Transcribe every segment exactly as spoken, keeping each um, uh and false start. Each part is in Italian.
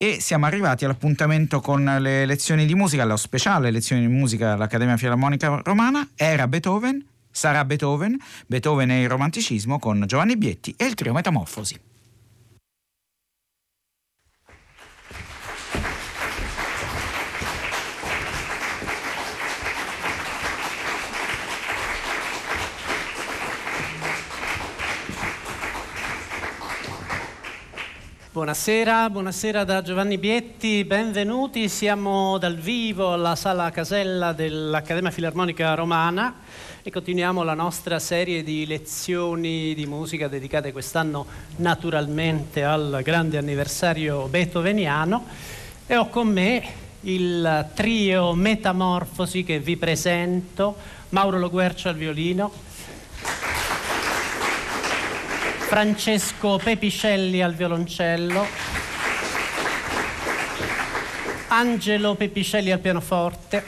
E siamo arrivati all'appuntamento con le lezioni di musica, allo speciale lezioni di musica all'Accademia Filarmonica Romana. Era Beethoven, sarà Beethoven, Beethoven e il romanticismo con Giovanni Bietti e il trio Metamorfosi. Buonasera, buonasera da Giovanni Bietti, benvenuti, siamo dal vivo alla Sala Casella dell'Accademia Filarmonica Romana e continuiamo la nostra serie di lezioni di musica dedicate quest'anno naturalmente al grande anniversario beethoveniano e ho con me il trio Metamorfosi che vi presento: Mauro Loguercio al violino, Francesco Pepicelli al violoncello, Angelo Pepicelli al pianoforte.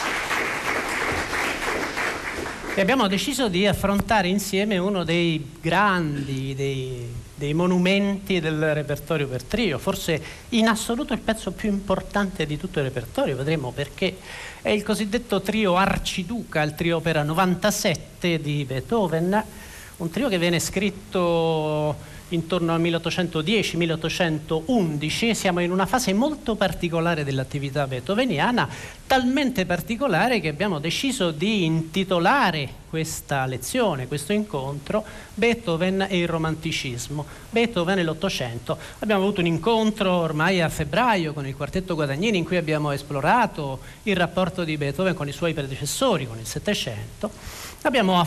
E abbiamo deciso di affrontare insieme uno dei grandi, dei, dei monumenti del repertorio per trio, forse in assoluto il pezzo più importante di tutto il repertorio, vedremo perché. È il cosiddetto trio Arciduca, il trio opera novantasette di Beethoven. Un trio che viene scritto intorno al milleottocentodieci milleottocentoundici. Siamo in una fase molto particolare dell'attività beethoveniana, talmente particolare che abbiamo deciso di intitolare questa lezione, questo incontro, Beethoven e il romanticismo, Beethoven e l'Ottocento. Abbiamo avuto un incontro ormai a febbraio con il quartetto Guadagnini in cui abbiamo esplorato il rapporto di Beethoven con i suoi predecessori, con il Settecento. Abbiamo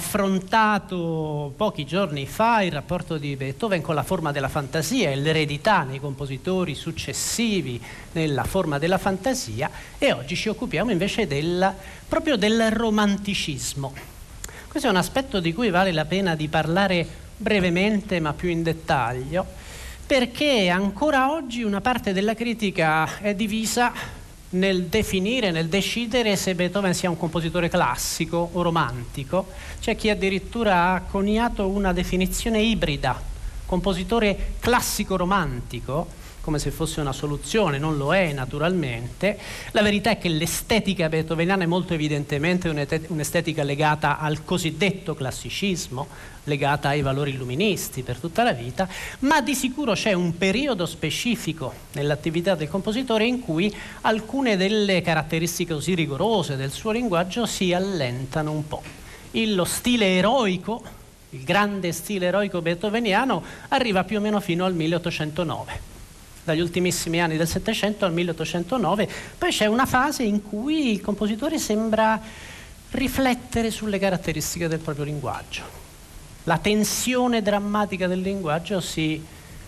affrontato pochi giorni fa il rapporto di Beethoven con la forma della fantasia e l'eredità nei compositori successivi nella forma della fantasia, e oggi ci occupiamo invece del, proprio del romanticismo. Questo è un aspetto di cui vale la pena di parlare brevemente ma più in dettaglio, perché ancora oggi una parte della critica è divisa nel definire, nel decidere se Beethoven sia un compositore classico o romantico. C'è chi addirittura ha coniato una definizione ibrida, compositore classico-romantico, come se fosse una soluzione, non lo è naturalmente. La verità è che l'estetica beethoveniana è molto evidentemente un'estetica legata al cosiddetto classicismo, legata ai valori illuministi per tutta la vita, ma di sicuro c'è un periodo specifico nell'attività del compositore in cui alcune delle caratteristiche così rigorose del suo linguaggio si allentano un po'. Il, lo stile eroico, il grande stile eroico beethoveniano arriva più o meno fino al milleottocentonove. Dagli ultimissimi anni del Settecento al milleottocentonove, poi c'è una fase in cui il compositore sembra riflettere sulle caratteristiche del proprio linguaggio. La tensione drammatica del linguaggio si,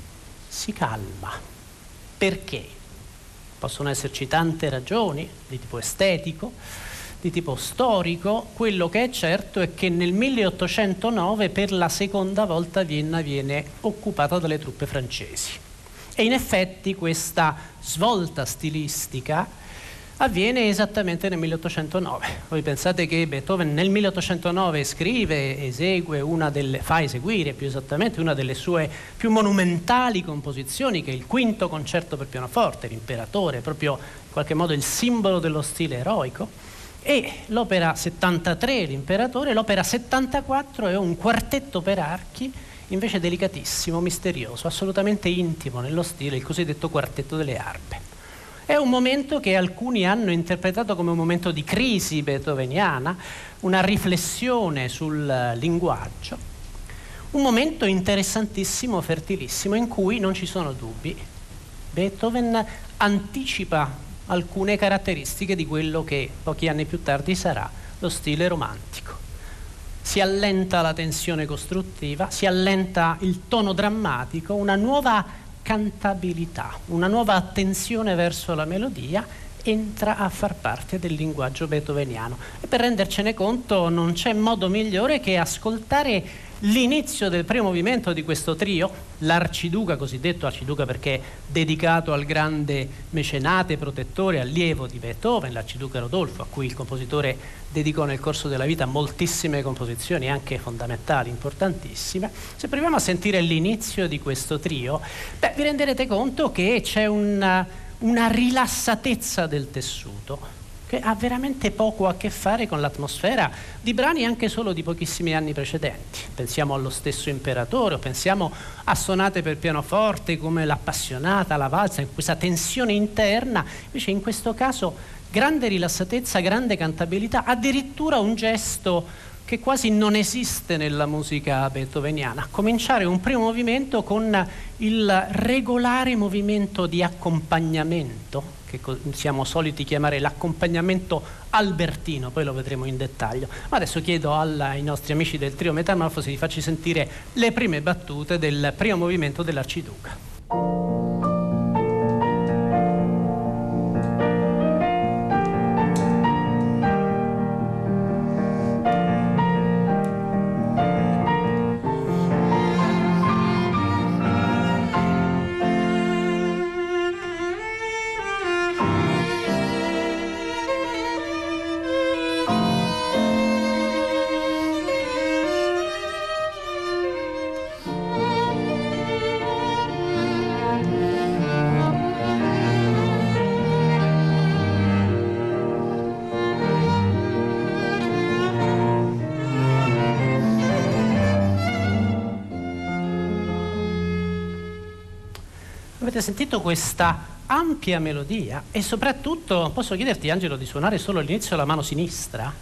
si calma. Perché? Possono esserci tante ragioni di tipo estetico, di tipo storico. Quello che è certo è che nel milleottocentonove per la seconda volta Vienna viene occupata dalle truppe francesi. E in effetti questa svolta stilistica avviene esattamente nel milleottocentonove. Voi pensate che Beethoven nel milleottocentonove scrive, esegue una delle, fa eseguire più esattamente una delle sue più monumentali composizioni, che è il quinto concerto per pianoforte, l'Imperatore, proprio in qualche modo il simbolo dello stile eroico, e l'opera settantatré, l'Imperatore, l'opera settantaquattro è un quartetto per archi, invece delicatissimo, misterioso, assolutamente intimo nello stile, il cosiddetto quartetto delle arpe. È un momento che alcuni hanno interpretato come un momento di crisi beethoveniana, una riflessione sul linguaggio, un momento interessantissimo, fertilissimo, in cui non ci sono dubbi. Beethoven anticipa alcune caratteristiche di quello che pochi anni più tardi sarà lo stile romantico. Si allenta la tensione costruttiva, si allenta il tono drammatico, una nuova cantabilità, una nuova attenzione verso la melodia entra a far parte del linguaggio beethoveniano. E per rendercene conto non c'è modo migliore che ascoltare l'inizio del primo movimento di questo trio, l'Arciduca, cosiddetto Arciduca perché dedicato al grande mecenate, protettore, allievo di Beethoven, l'Arciduca Rodolfo, a cui il compositore dedicò nel corso della vita moltissime composizioni, anche fondamentali, importantissime. Se proviamo a sentire l'inizio di questo trio, beh, vi renderete conto che c'è un una rilassatezza del tessuto che ha veramente poco a che fare con l'atmosfera di brani anche solo di pochissimi anni precedenti. Pensiamo allo stesso Imperatore, o pensiamo a sonate per pianoforte come l'Appassionata, la Valsa, in questa tensione interna. Invece in questo caso grande rilassatezza, grande cantabilità, addirittura un gesto che quasi non esiste nella musica beethoveniana. Cominciare un primo movimento con il regolare movimento di accompagnamento, che siamo soliti chiamare l'accompagnamento albertino, poi lo vedremo in dettaglio. Ma adesso chiedo ai nostri amici del trio Metamorfosi di farci sentire le prime battute del primo movimento dell'Arciduca. Avete sentito questa ampia melodia e soprattutto, posso chiederti Angelo di suonare solo all'inizio la mano sinistra?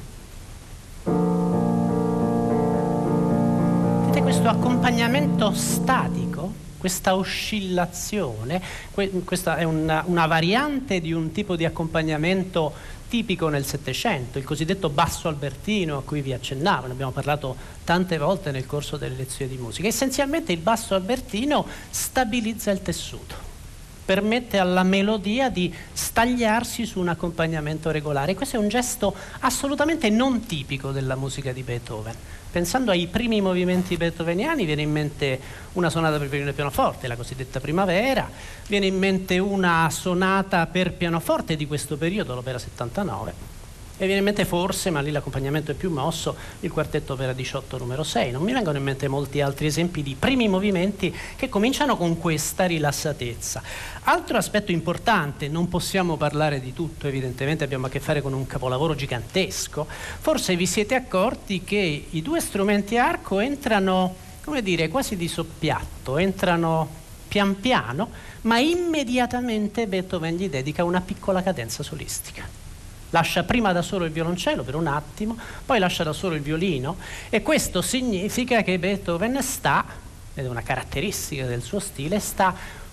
Vedete questo accompagnamento statico, questa oscillazione, que questa è una, una variante di un tipo di accompagnamento tipico nel Settecento, il cosiddetto basso albertino a cui vi accennavo, ne abbiamo parlato tante volte nel corso delle lezioni di musica. Essenzialmente il basso albertino stabilizza il tessuto, permette alla melodia di stagliarsi su un accompagnamento regolare. Questo è un gesto assolutamente non tipico della musica di Beethoven. Pensando ai primi movimenti beethoveniani viene in mente una sonata per violino e pianoforte, la cosiddetta Primavera, viene in mente una sonata per pianoforte di questo periodo, l'opera settantanove, e viene in mente forse, ma lì l'accompagnamento è più mosso, il quartetto opera diciotto numero sei. Non mi vengono in mente molti altri esempi di primi movimenti che cominciano con questa rilassatezza. Altro aspetto importante, non possiamo parlare di tutto, evidentemente abbiamo a che fare con un capolavoro gigantesco. Forse vi siete accorti che i due strumenti a arco entrano, come dire, quasi di soppiatto, entrano pian piano, ma immediatamente Beethoven gli dedica una piccola cadenza solistica. Lascia prima da solo il violoncello per un attimo, poi lascia da solo il violino, e questo significa che Beethoven sta, ed è una caratteristica del suo stile, sta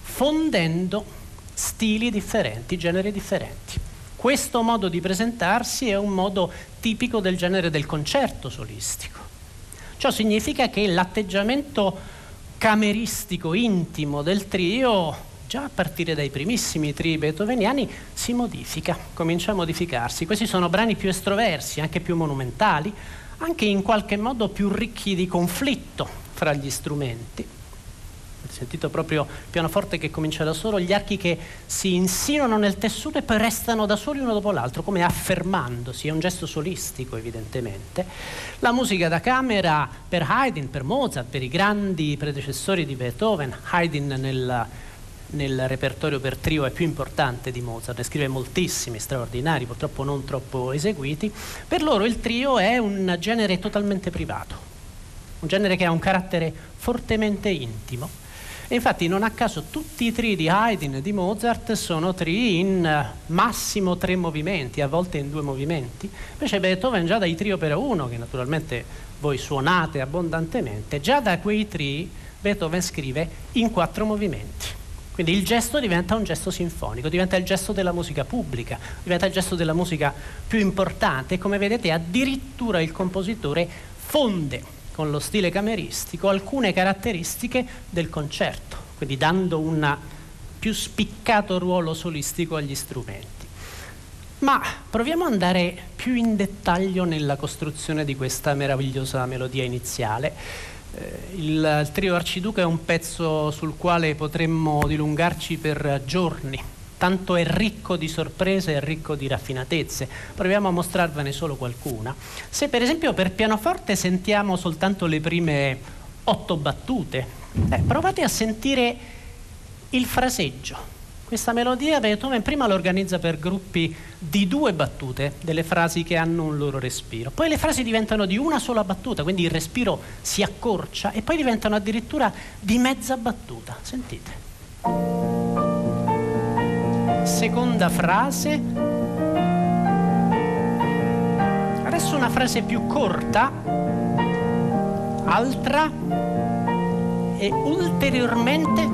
fondendo stili differenti, generi differenti. Questo modo di presentarsi è un modo tipico del genere del concerto solistico. Ciò significa che l'atteggiamento cameristico intimo del trio, già a partire dai primissimi trii beethoveniani, si modifica, comincia a modificarsi. Questi sono brani più estroversi, anche più monumentali, anche in qualche modo più ricchi di conflitto fra gli strumenti. Avete sentito proprio il pianoforte che comincia da solo, gli archi che si insinuano nel tessuto e poi restano da soli uno dopo l'altro, come affermandosi. È un gesto solistico, evidentemente. La musica da camera per Haydn, per Mozart, per i grandi predecessori di Beethoven. Haydn nel nel repertorio per trio è più importante di Mozart, ne scrive moltissimi straordinari, purtroppo non troppo eseguiti. Per loro il trio è un genere totalmente privato, un genere che ha un carattere fortemente intimo, e infatti non a caso tutti i trii di Haydn e di Mozart sono trii in massimo tre movimenti, a volte in due movimenti. Invece Beethoven, già dai trii opera uno, che naturalmente voi suonate abbondantemente, già da quei trii Beethoven scrive in quattro movimenti. Quindi il gesto diventa un gesto sinfonico, diventa il gesto della musica pubblica, diventa il gesto della musica più importante, e come vedete addirittura il compositore fonde con lo stile cameristico alcune caratteristiche del concerto, quindi dando un più spiccato ruolo solistico agli strumenti. Ma proviamo ad andare più in dettaglio nella costruzione di questa meravigliosa melodia iniziale. Il trio Arciduca è un pezzo sul quale potremmo dilungarci per giorni, tanto è ricco di sorprese e ricco di raffinatezze. Proviamo a mostrarvene solo qualcuna. Se per esempio per pianoforte sentiamo soltanto le prime otto battute, eh, provate a sentire il fraseggio, Questa melodia Beethoven prima l'organizza per gruppi di due battute, delle frasi che hanno un loro respiro. Poi le frasi diventano di una sola battuta, quindi il respiro si accorcia, e poi diventano addirittura di mezza battuta. Sentite. Seconda frase. Adesso una frase più corta, altra, e ulteriormente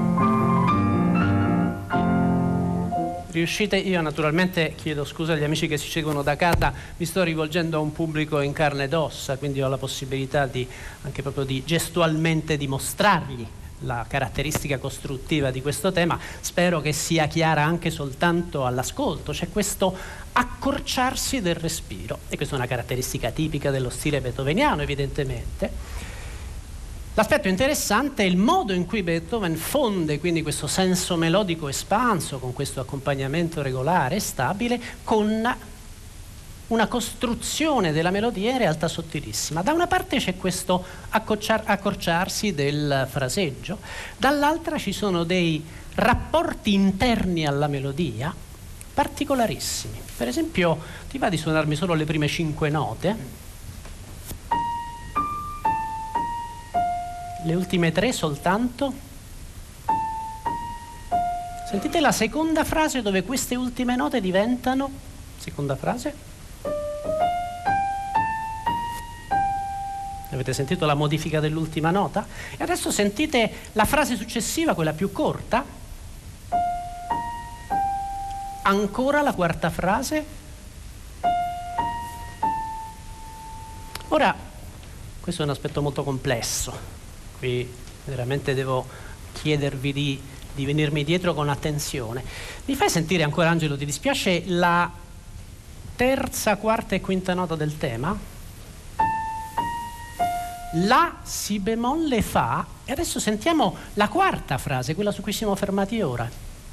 riuscite. Io naturalmente chiedo scusa agli amici che ci seguono da casa, mi sto rivolgendo a un pubblico in carne ed ossa, quindi ho la possibilità di anche proprio di gestualmente dimostrargli la caratteristica costruttiva di questo tema. Spero che sia chiara anche soltanto all'ascolto. C'è questo accorciarsi del respiro, e questa è una caratteristica tipica dello stile beethoveniano, evidentemente. L'aspetto interessante è il modo in cui Beethoven fonde quindi questo senso melodico espanso, con questo accompagnamento regolare e stabile, con una costruzione della melodia in realtà sottilissima. Da una parte c'è questo accorciarsi del fraseggio, dall'altra ci sono dei rapporti interni alla melodia particolarissimi. Per esempio, ti va di suonarmi solo le prime cinque note? Le ultime tre soltanto? Sentite la seconda frase dove queste ultime note diventano... Seconda frase? Avete sentito la modifica dell'ultima nota? E adesso sentite la frase successiva, quella più corta. Ancora la quarta frase. Ora, questo è un aspetto molto complesso. Qui veramente devo chiedervi di, di venirmi dietro con attenzione. Mi fai sentire ancora, Angelo, ti dispiace, la terza, quarta e quinta nota del tema? La, si bemolle, fa, e adesso sentiamo la quarta frase, quella su cui siamo fermati ora.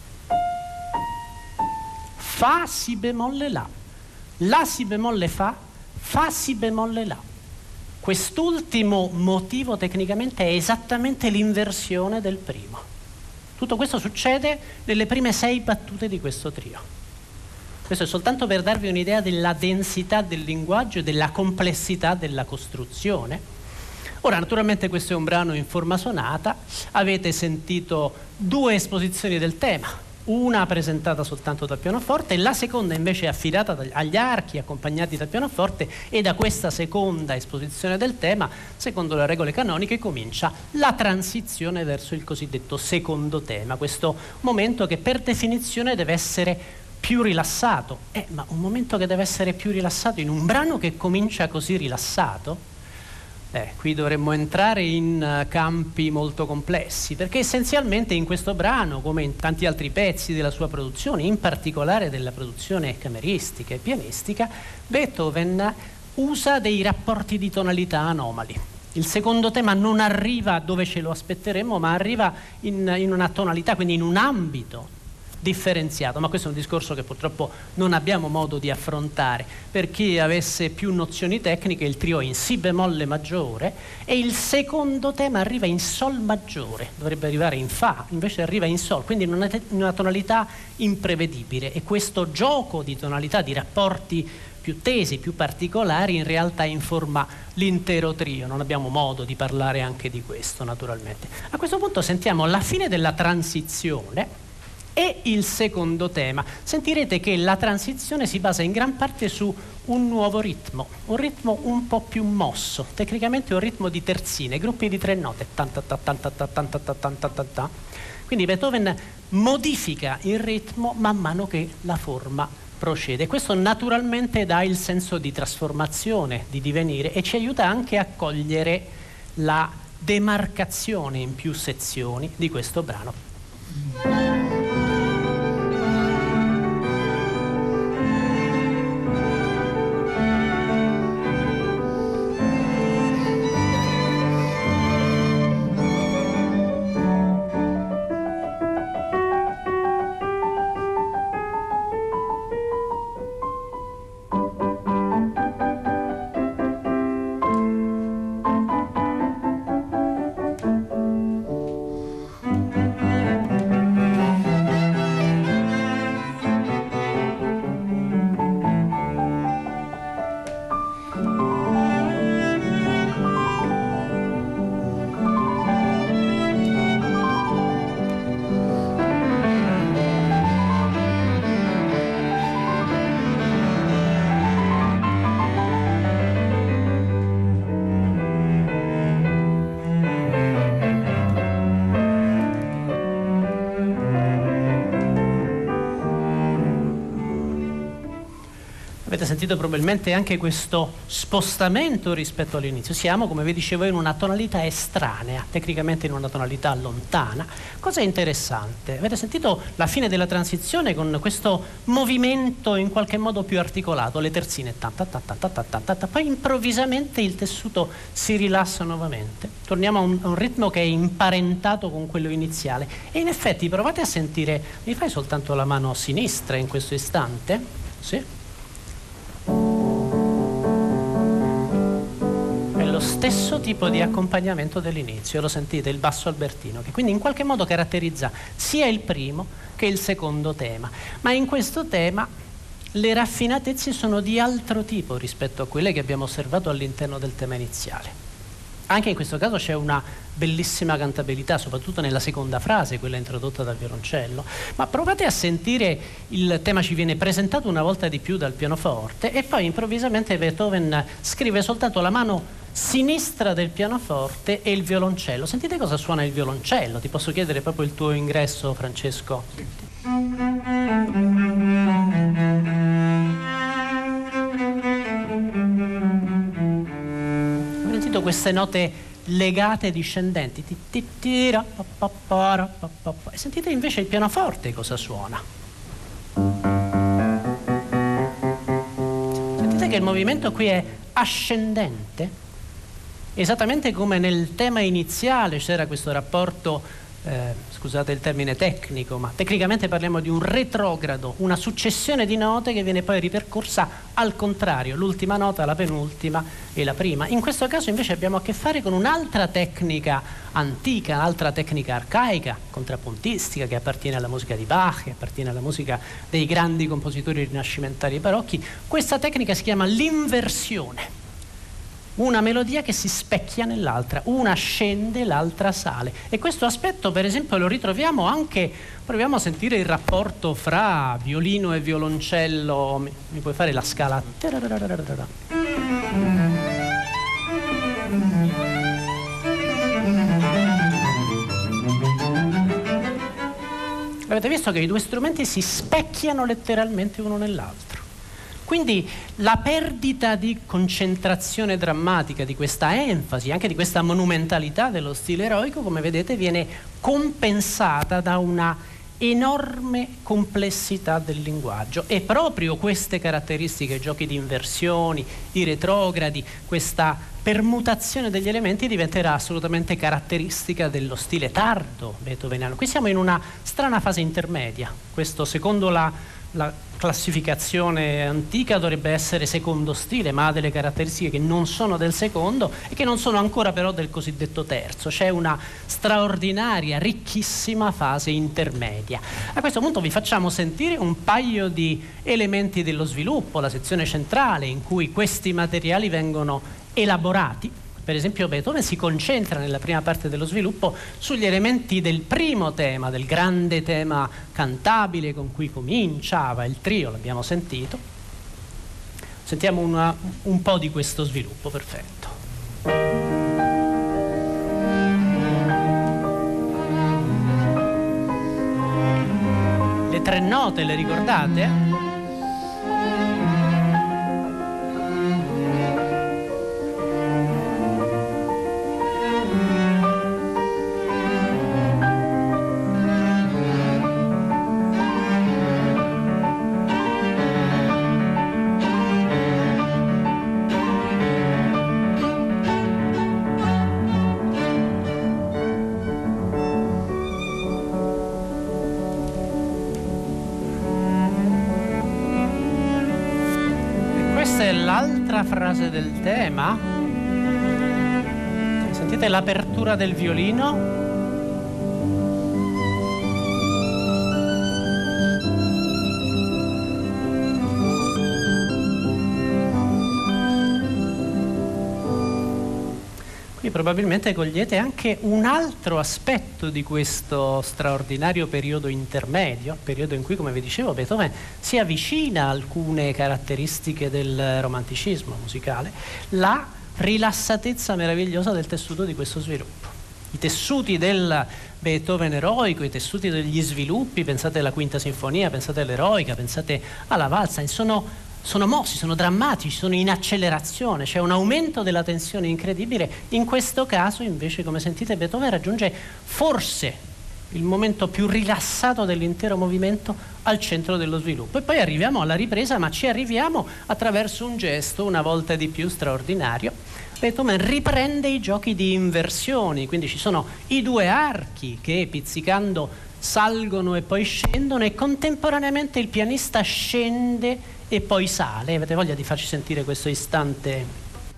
Fa, si bemolle, la. La, si bemolle, fa, fa, si bemolle, la. Quest'ultimo motivo tecnicamente è esattamente l'inversione del primo. Tutto questo succede nelle prime sei battute di questo trio. Questo è soltanto per darvi un'idea della densità del linguaggio e della complessità della costruzione. Ora, naturalmente questo è un brano in forma sonata, avete sentito due esposizioni del tema, una presentata soltanto dal pianoforte e la seconda invece affidata agli archi accompagnati dal pianoforte, e da questa seconda esposizione del tema, secondo le regole canoniche, comincia la transizione verso il cosiddetto secondo tema, questo momento che per definizione deve essere più rilassato. Eh, ma un momento che deve essere più rilassato in un brano che comincia così rilassato? Eh, qui dovremmo entrare in uh, campi molto complessi, perché essenzialmente in questo brano, come in tanti altri pezzi della sua produzione, in particolare della produzione cameristica e pianistica, Beethoven usa dei rapporti di tonalità anomali. Il secondo tema non arriva dove ce lo aspetteremmo, ma arriva in, in una tonalità, quindi in un ambito differenziato, ma questo è un discorso che purtroppo non abbiamo modo di affrontare. Per chi avesse più nozioni tecniche, il trio è in si bemolle maggiore e il secondo tema arriva in sol maggiore, dovrebbe arrivare in fa, invece arriva in sol, quindi in una, in una tonalità imprevedibile, e questo gioco di tonalità, di rapporti più tesi, più particolari, in realtà informa l'intero trio. Non abbiamo modo di parlare anche di questo, naturalmente. A questo punto sentiamo la fine della transizione e il secondo tema. Sentirete che la transizione si basa in gran parte su un nuovo ritmo, un ritmo un po' più mosso, tecnicamente un ritmo di terzine, gruppi di tre note. Quindi Beethoven modifica il ritmo man mano che la forma procede. Questo naturalmente dà il senso di trasformazione, di divenire, e ci aiuta anche a cogliere la demarcazione in più sezioni di questo brano. Avete sentito probabilmente anche questo spostamento rispetto all'inizio. Siamo, come vi dicevo, in una tonalità estranea, tecnicamente in una tonalità lontana. Cosa interessante? Avete sentito la fine della transizione con questo movimento in qualche modo più articolato, le terzine, ta ta ta ta ta ta ta ta, poi improvvisamente il tessuto si rilassa nuovamente. Torniamo a un, a un ritmo che è imparentato con quello iniziale. E in effetti provate a sentire, mi fai soltanto la mano sinistra in questo istante? Sì. Lo stesso tipo di accompagnamento dell'inizio, lo sentite, il basso albertino, che quindi in qualche modo caratterizza sia il primo che il secondo tema, ma in questo tema le raffinatezze sono di altro tipo rispetto a quelle che abbiamo osservato all'interno del tema iniziale. Anche in questo caso c'è una bellissima cantabilità, soprattutto nella seconda frase, quella introdotta dal violoncello, ma provate a sentire, il tema ci viene presentato una volta di più dal pianoforte e poi improvvisamente Beethoven scrive soltanto la mano sinistra del pianoforte e il violoncello. Sentite cosa suona il violoncello. Ti posso chiedere proprio il tuo ingresso, Francesco? Ho sentito queste note legate discendenti. E sentite invece il pianoforte cosa suona. Sentite che il movimento qui è ascendente. Esattamente come nel tema iniziale c'era questo rapporto, eh, scusate il termine tecnico, ma tecnicamente parliamo di un retrogrado, una successione di note che viene poi ripercorsa al contrario, l'ultima nota, la penultima e la prima. In questo caso invece abbiamo a che fare con un'altra tecnica antica, un'altra tecnica arcaica, contrappuntistica, che appartiene alla musica di Bach, che appartiene alla musica dei grandi compositori rinascimentali e barocchi. Questa tecnica si chiama l'inversione. Una melodia che si specchia nell'altra, una scende, l'altra sale. E questo aspetto, per esempio, lo ritroviamo anche, proviamo a sentire il rapporto fra violino e violoncello. Mi, mi puoi fare la scala? Avete visto che i due strumenti si specchiano letteralmente uno nell'altro. Quindi la perdita di concentrazione drammatica, di questa enfasi, anche di questa monumentalità dello stile eroico, come vedete, viene compensata da una enorme complessità del linguaggio. E proprio queste caratteristiche, giochi di inversioni, i retrogradi, questa permutazione degli elementi diventerà assolutamente caratteristica dello stile tardo beethoveniano. Qui siamo in una strana fase intermedia. Questo, secondo la La classificazione antica, dovrebbe essere secondo stile, ma ha delle caratteristiche che non sono del secondo e che non sono ancora però del cosiddetto terzo. C'è una straordinaria, ricchissima fase intermedia. A questo punto vi facciamo sentire un paio di elementi dello sviluppo, la sezione centrale in cui questi materiali vengono elaborati. Per esempio Beethoven si concentra nella prima parte dello sviluppo sugli elementi del primo tema, del grande tema cantabile con cui cominciava il trio, l'abbiamo sentito. Sentiamo una, un po' di questo sviluppo, perfetto. Le tre note le ricordate? L'altra frase del tema, sentite l'apertura del violino. Qui probabilmente cogliete anche un altro aspetto di questo straordinario periodo intermedio, periodo in cui, come vi dicevo, Beethoven si avvicina a alcune caratteristiche del romanticismo musicale, la rilassatezza meravigliosa del tessuto di questo sviluppo. I tessuti del Beethoven eroico, i tessuti degli sviluppi, pensate alla quinta sinfonia, pensate all'eroica, pensate alla valsa, sono sono mossi, sono drammatici, sono in accelerazione, c'è un aumento della tensione incredibile. In questo caso invece, come sentite, Beethoven raggiunge forse il momento più rilassato dell'intero movimento al centro dello sviluppo. E poi arriviamo alla ripresa, ma ci arriviamo attraverso un gesto una volta di più straordinario. Beethoven riprende i giochi di inversioni, quindi ci sono i due archi che pizzicando salgono e poi scendono, e contemporaneamente il pianista scende e poi sale. Avete voglia di farci sentire questo istante?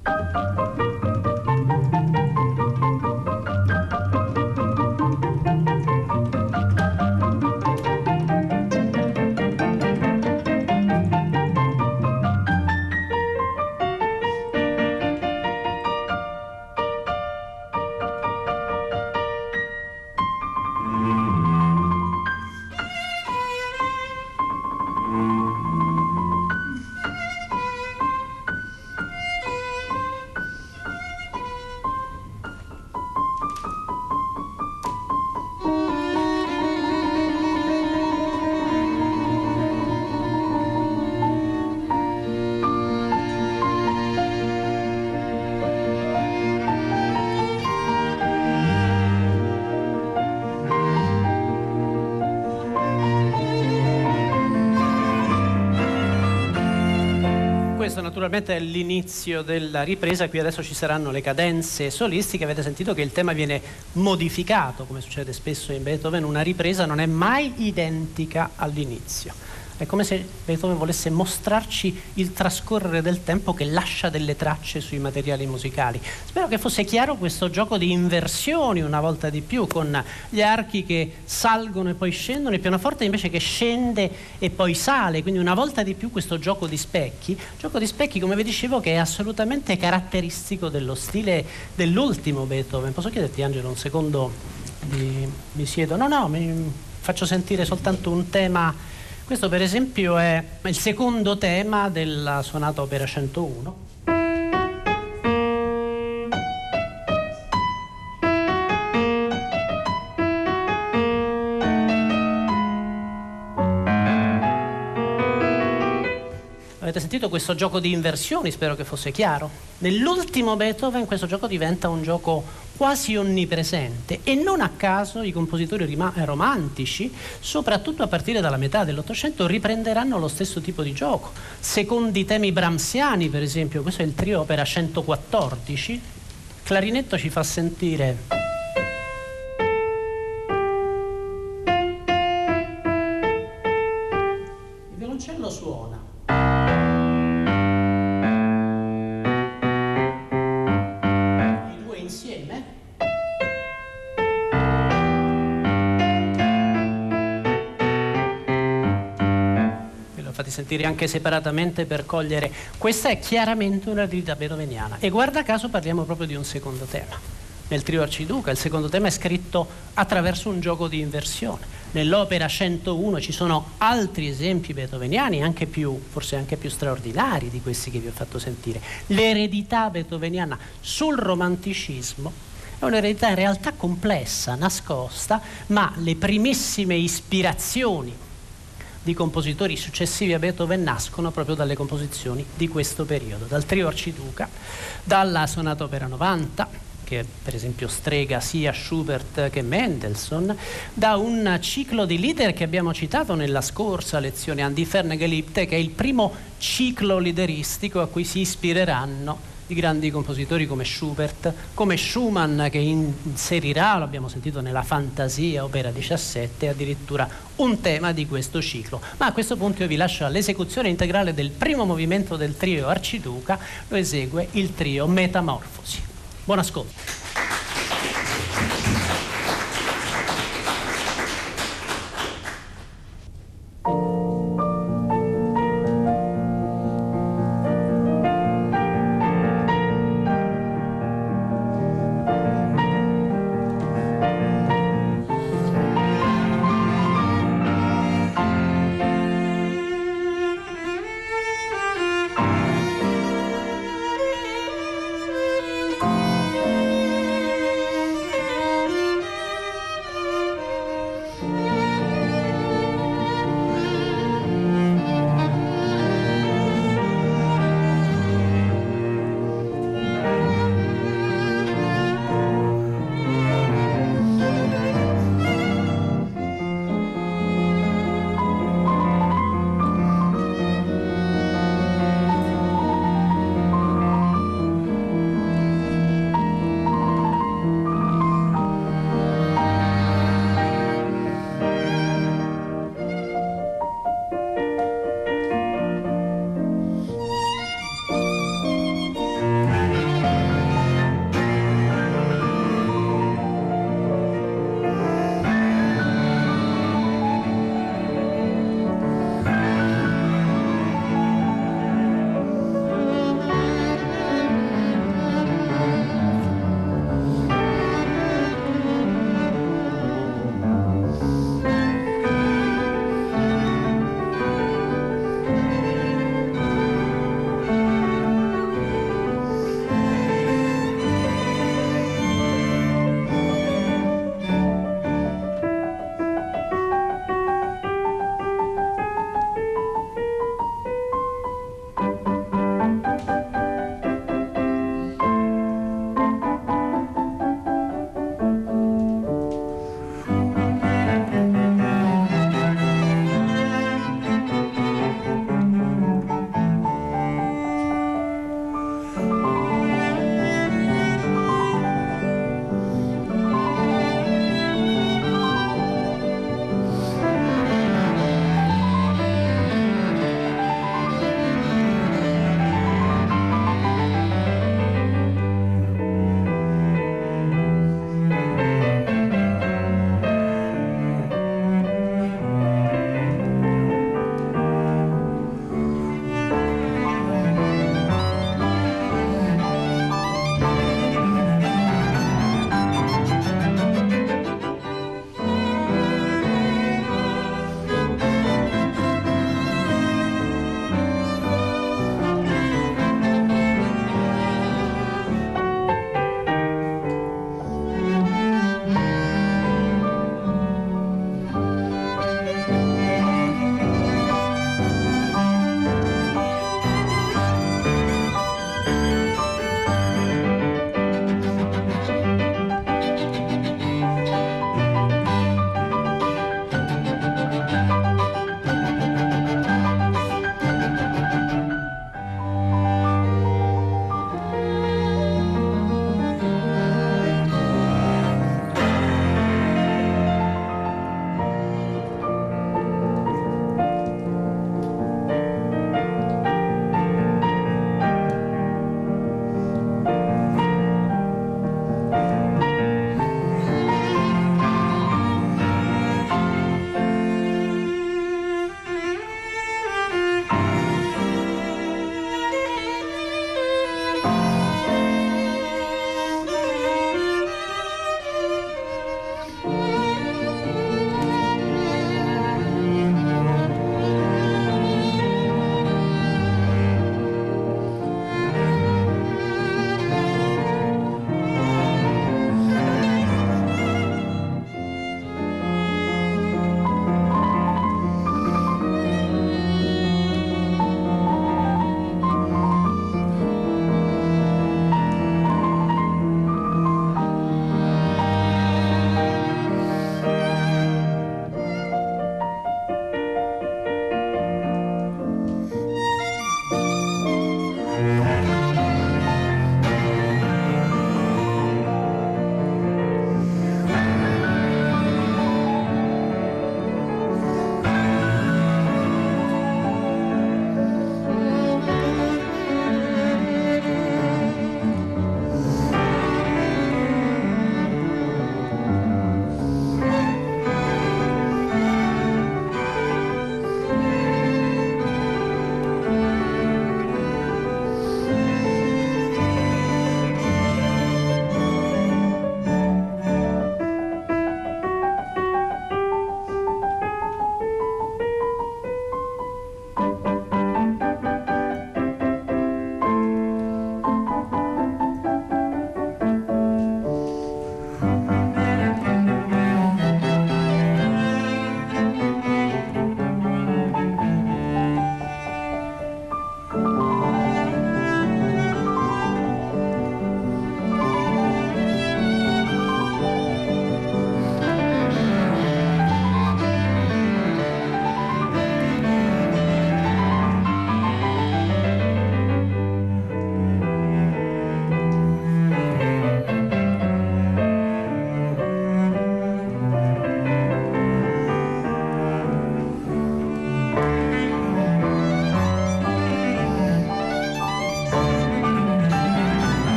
Naturalmente è l'inizio della ripresa. Qui adesso ci saranno le cadenze solistiche. Avete sentito che il tema viene modificato, come succede spesso in Beethoven. Una ripresa non è mai identica all'inizio. È come se Beethoven volesse mostrarci il trascorrere del tempo che lascia delle tracce sui materiali musicali. Spero che fosse chiaro questo gioco di inversioni una volta di più, con gli archi che salgono e poi scendono, il pianoforte invece che scende e poi sale, quindi una volta di più questo gioco di specchi, gioco di specchi, come vi dicevo, che è assolutamente caratteristico dello stile dell'ultimo Beethoven. Posso chiederti, Angelo, un secondo? Di... mi siedo? No, no, mi faccio sentire soltanto un tema. Questo per esempio è il secondo tema della sonata opera centouno. Avete sentito questo gioco di inversioni? Spero che fosse chiaro. Nell'ultimo Beethoven questo gioco diventa un gioco quasi onnipresente, e non a caso i compositori romantici, soprattutto a partire dalla metà dell'Ottocento, riprenderanno lo stesso tipo di gioco. Secondo i temi brahmsiani, per esempio, questo è il trio opera centoquattordici. Il clarinetto ci fa sentire il violoncello suona. Sentire anche separatamente per cogliere. Questa è chiaramente una eredità beethoveniana, e guarda caso parliamo proprio di un secondo tema. Nel trio Arciduca il secondo tema è scritto attraverso un gioco di inversione. Nell'opera centouno ci sono altri esempi beethoveniani, anche più, forse anche più straordinari di questi che vi ho fatto sentire. L'eredità beethoveniana sul romanticismo è un'eredità in realtà complessa, nascosta, ma le primissime ispirazioni di compositori successivi a Beethoven nascono proprio dalle composizioni di questo periodo, dal trio Arciduca, dalla sonata opera novanta, che per esempio strega sia Schubert che Mendelssohn, da un ciclo di lieder che abbiamo citato nella scorsa lezione, An die ferne Geliebte, che è il primo ciclo lideristico a cui si ispireranno di grandi compositori come Schubert, come Schumann, che inserirà, l'abbiamo sentito nella Fantasia, opera diciassette, addirittura un tema di questo ciclo. Ma a questo punto io vi lascio all'esecuzione integrale del primo movimento del trio Arciduca. Lo esegue il trio Metamorfosi. Buon ascolto.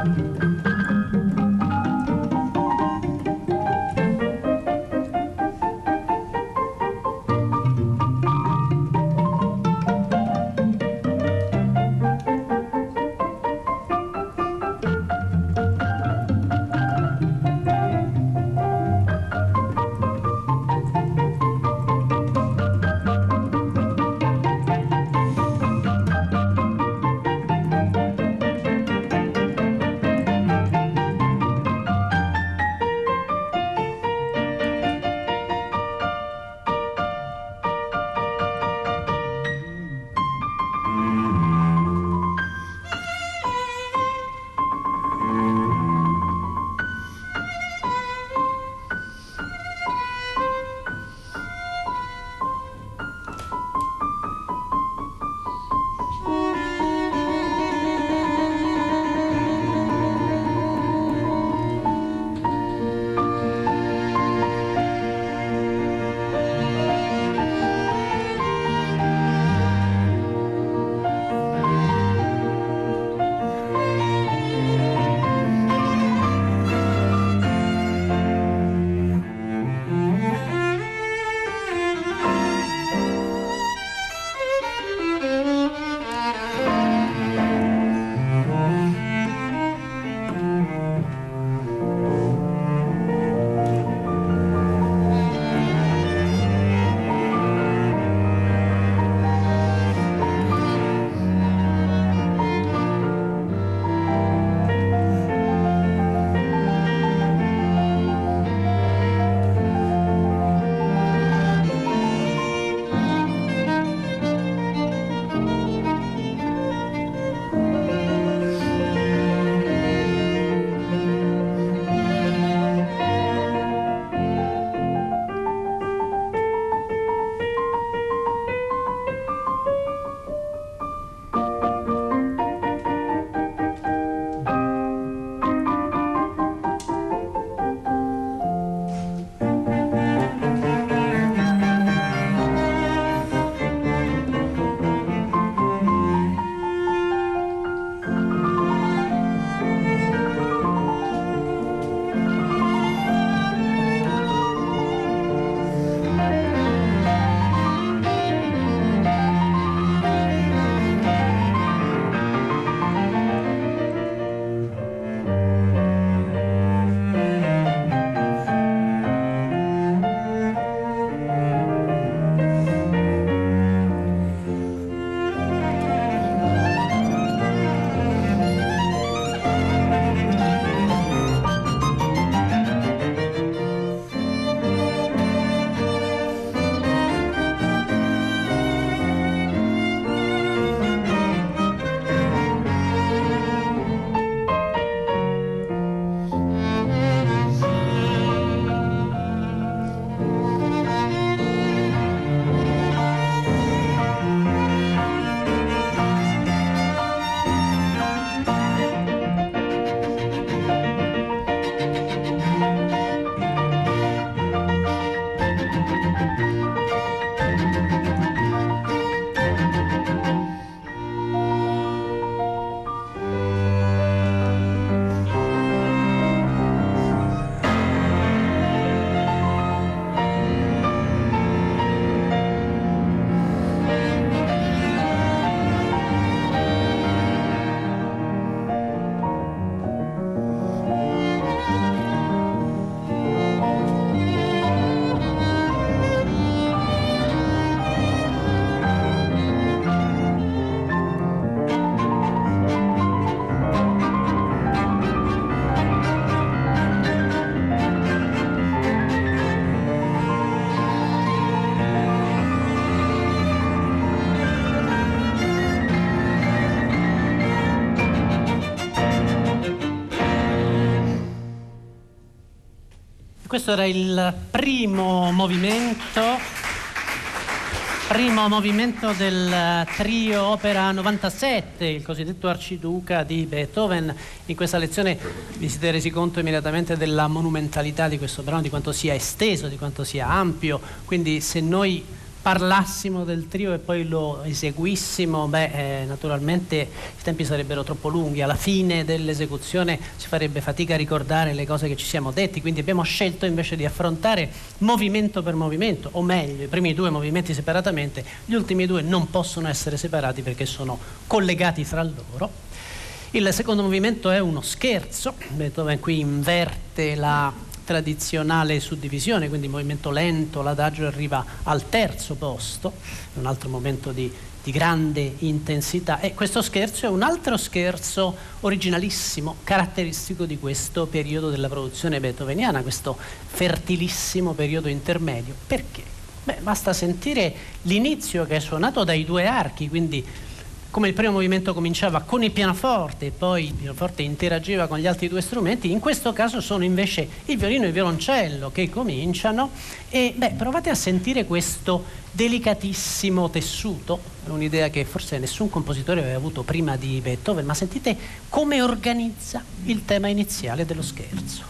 Questo era il primo movimento, primo movimento del trio opera novantasette, il cosiddetto Arciduca di Beethoven. In questa lezione vi siete resi conto immediatamente della monumentalità di questo brano, di quanto sia esteso, di quanto sia ampio. Quindi se noi parlassimo del trio e poi lo eseguissimo, beh, eh, naturalmente i tempi sarebbero troppo lunghi, alla fine dell'esecuzione si farebbe fatica a ricordare le cose che ci siamo detti, quindi abbiamo scelto invece di affrontare movimento per movimento, o meglio, i primi due movimenti separatamente, gli ultimi due non possono essere separati perché sono collegati fra loro. Il secondo movimento è uno scherzo, Beethoven qui inverte la tradizionale suddivisione, quindi movimento lento, l'adagio arriva al terzo posto, un altro momento di, di grande intensità, e questo scherzo è un altro scherzo originalissimo, caratteristico di questo periodo della produzione beethoveniana, questo fertilissimo periodo intermedio. Perché? Beh, basta sentire l'inizio, che è suonato dai due archi, quindi come il primo movimento cominciava con il pianoforte e poi il pianoforte interagiva con gli altri due strumenti, in questo caso sono invece il violino e il violoncello che cominciano, e beh, provate a sentire questo delicatissimo tessuto, è un'idea che forse nessun compositore aveva avuto prima di Beethoven, ma sentite come organizza il tema iniziale dello scherzo.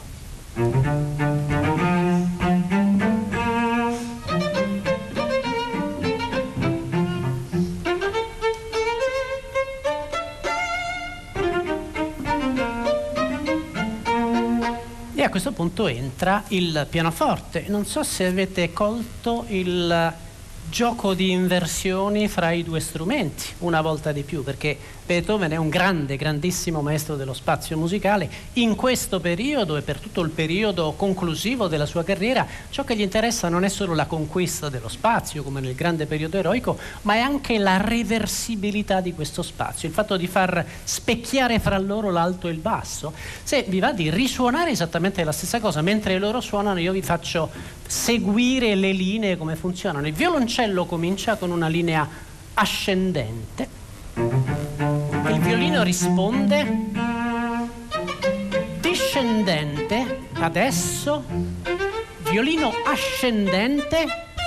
E a questo punto entra il pianoforte. Non so se avete colto il gioco di inversioni fra i due strumenti, una volta di più, perché Beethoven è un grande, grandissimo maestro dello spazio musicale. In questo periodo e per tutto il periodo conclusivo della sua carriera, ciò che gli interessa non è solo la conquista dello spazio, come nel grande periodo eroico, ma è anche la reversibilità di questo spazio, il fatto di far specchiare fra loro l'alto e il basso. Se vi va di risuonare esattamente la stessa cosa, mentre loro suonano io vi faccio seguire le linee come funzionano. Il violoncello comincia con una linea ascendente, il violino risponde discendente, adesso violino ascendente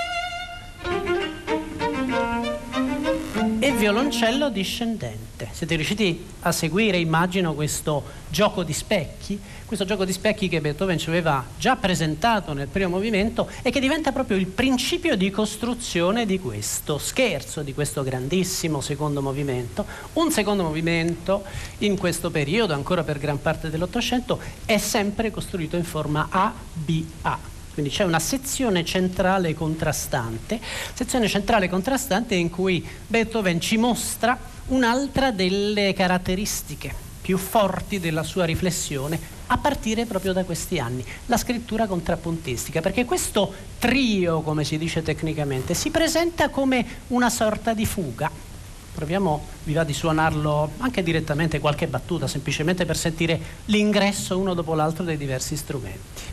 e violoncello discendente. Siete riusciti a seguire, immagino, questo gioco di specchi, questo gioco di specchi che Beethoven ci aveva già presentato nel primo movimento e che diventa proprio il principio di costruzione di questo scherzo, di questo grandissimo secondo movimento. Un secondo movimento in questo periodo, ancora per gran parte dell'Ottocento, è sempre costruito in forma A B A. Quindi c'è una sezione centrale contrastante, sezione centrale contrastante in cui Beethoven ci mostra un'altra delle caratteristiche più forti della sua riflessione a partire proprio da questi anni, la scrittura contrappuntistica, perché questo trio, come si dice tecnicamente, si presenta come una sorta di fuga. Proviamo, vi va di suonarlo anche direttamente, qualche battuta, semplicemente per sentire l'ingresso uno dopo l'altro dei diversi strumenti.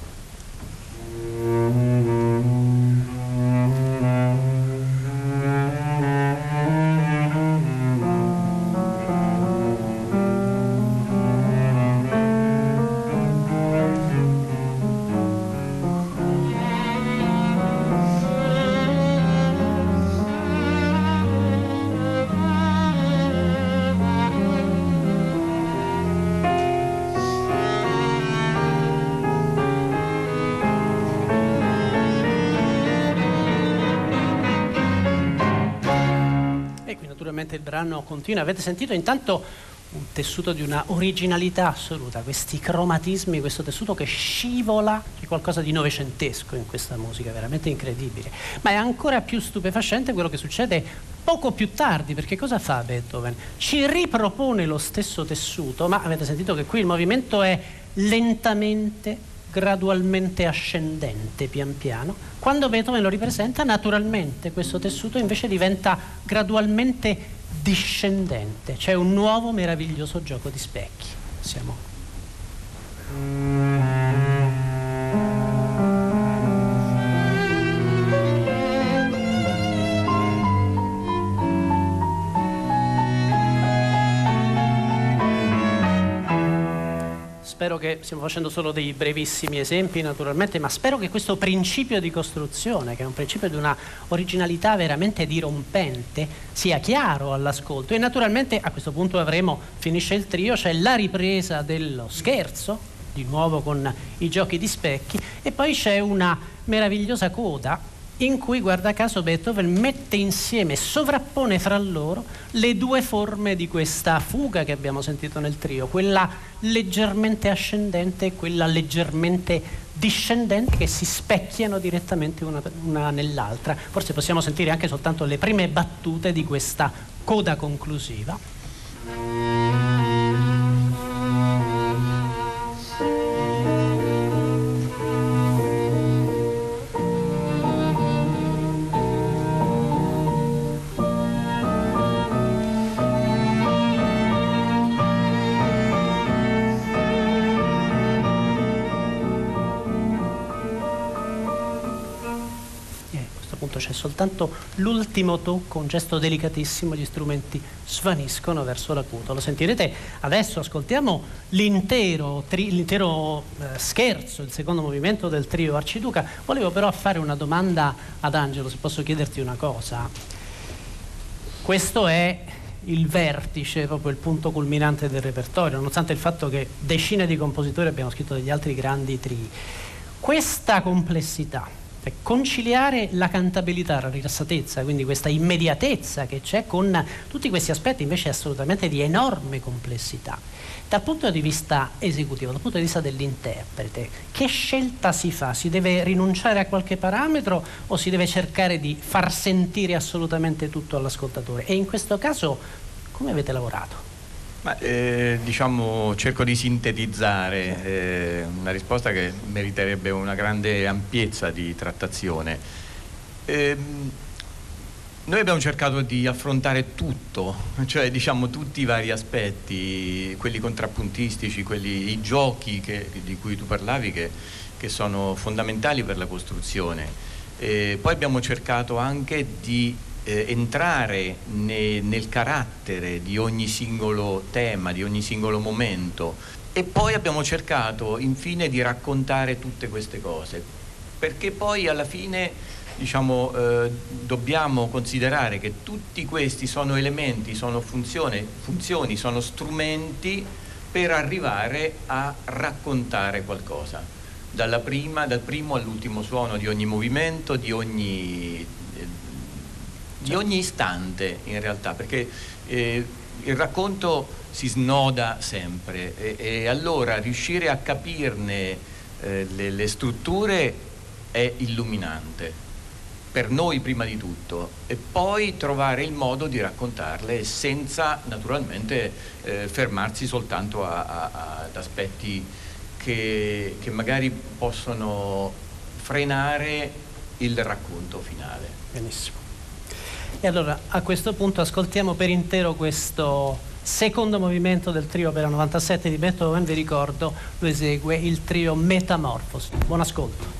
Il brano continua, avete sentito intanto un tessuto di una originalità assoluta, questi cromatismi, questo tessuto che scivola, c'è qualcosa di novecentesco in questa musica, veramente incredibile. Ma è ancora più stupefacente quello che succede poco più tardi, perché cosa fa Beethoven? Ci ripropone lo stesso tessuto, ma avete sentito che qui il movimento è lentamente, gradualmente ascendente, pian piano. Quando Beethoven lo ripresenta, naturalmente questo tessuto invece diventa gradualmente discendente. C'è un nuovo meraviglioso gioco di specchi. Siamo Spero che stiamo facendo solo dei brevissimi esempi, naturalmente, ma spero che questo principio di costruzione, che è un principio di una originalità veramente dirompente, sia chiaro all'ascolto. E naturalmente a questo punto avremo, finisce il trio, c'è la ripresa dello scherzo, di nuovo con i giochi di specchi, e poi c'è una meravigliosa coda in cui, guarda caso, Beethoven mette insieme, sovrappone fra loro le due forme di questa fuga che abbiamo sentito nel trio, quella leggermente ascendente e quella leggermente discendente, che si specchiano direttamente una, una nell'altra. Forse possiamo sentire anche soltanto le prime battute di questa coda conclusiva. C'è soltanto l'ultimo tocco, un gesto delicatissimo, gli strumenti svaniscono verso l'acuto. Lo sentirete adesso. Ascoltiamo l'intero, tri, l'intero eh, scherzo, il secondo movimento del trio Arciduca. Volevo però fare una domanda ad Angelo, se posso chiederti una cosa. Questo è il vertice, proprio il punto culminante del repertorio, nonostante il fatto che decine di compositori abbiano scritto degli altri grandi trii. Questa complessità, conciliare la cantabilità, la rilassatezza, quindi questa immediatezza che c'è, con tutti questi aspetti invece assolutamente di enorme complessità, dal punto di vista esecutivo, dal punto di vista dell'interprete, che scelta si fa? Si deve rinunciare a qualche parametro o si deve cercare di far sentire assolutamente tutto all'ascoltatore? E in questo caso come avete lavorato? Ma, eh, diciamo, cerco di sintetizzare eh, una risposta che meriterebbe una grande ampiezza di trattazione. Eh, noi abbiamo cercato di affrontare tutto, cioè diciamo tutti i vari aspetti, quelli contrappuntistici, quelli, i giochi che, di cui tu parlavi, che, che sono fondamentali per la costruzione. Eh, poi abbiamo cercato anche di Eh, entrare ne, nel carattere di ogni singolo tema, di ogni singolo momento, e poi abbiamo cercato infine di raccontare tutte queste cose, perché poi alla fine diciamo eh, dobbiamo considerare che tutti questi sono elementi, sono funzione, funzioni, sono strumenti per arrivare a raccontare qualcosa, dalla prima, dal primo all'ultimo suono di ogni movimento, di ogni di ogni istante in realtà, perché eh, il racconto si snoda sempre e, e allora riuscire a capirne eh, le, le strutture è illuminante per noi prima di tutto, e poi trovare il modo di raccontarle senza naturalmente eh, fermarsi soltanto a, a, ad aspetti che, che magari possono frenare il racconto finale. Benissimo. E allora a questo punto ascoltiamo per intero questo secondo movimento del trio opera novantasette di Beethoven. Vi ricordo, lo esegue il trio Metamorfosi. Buon ascolto.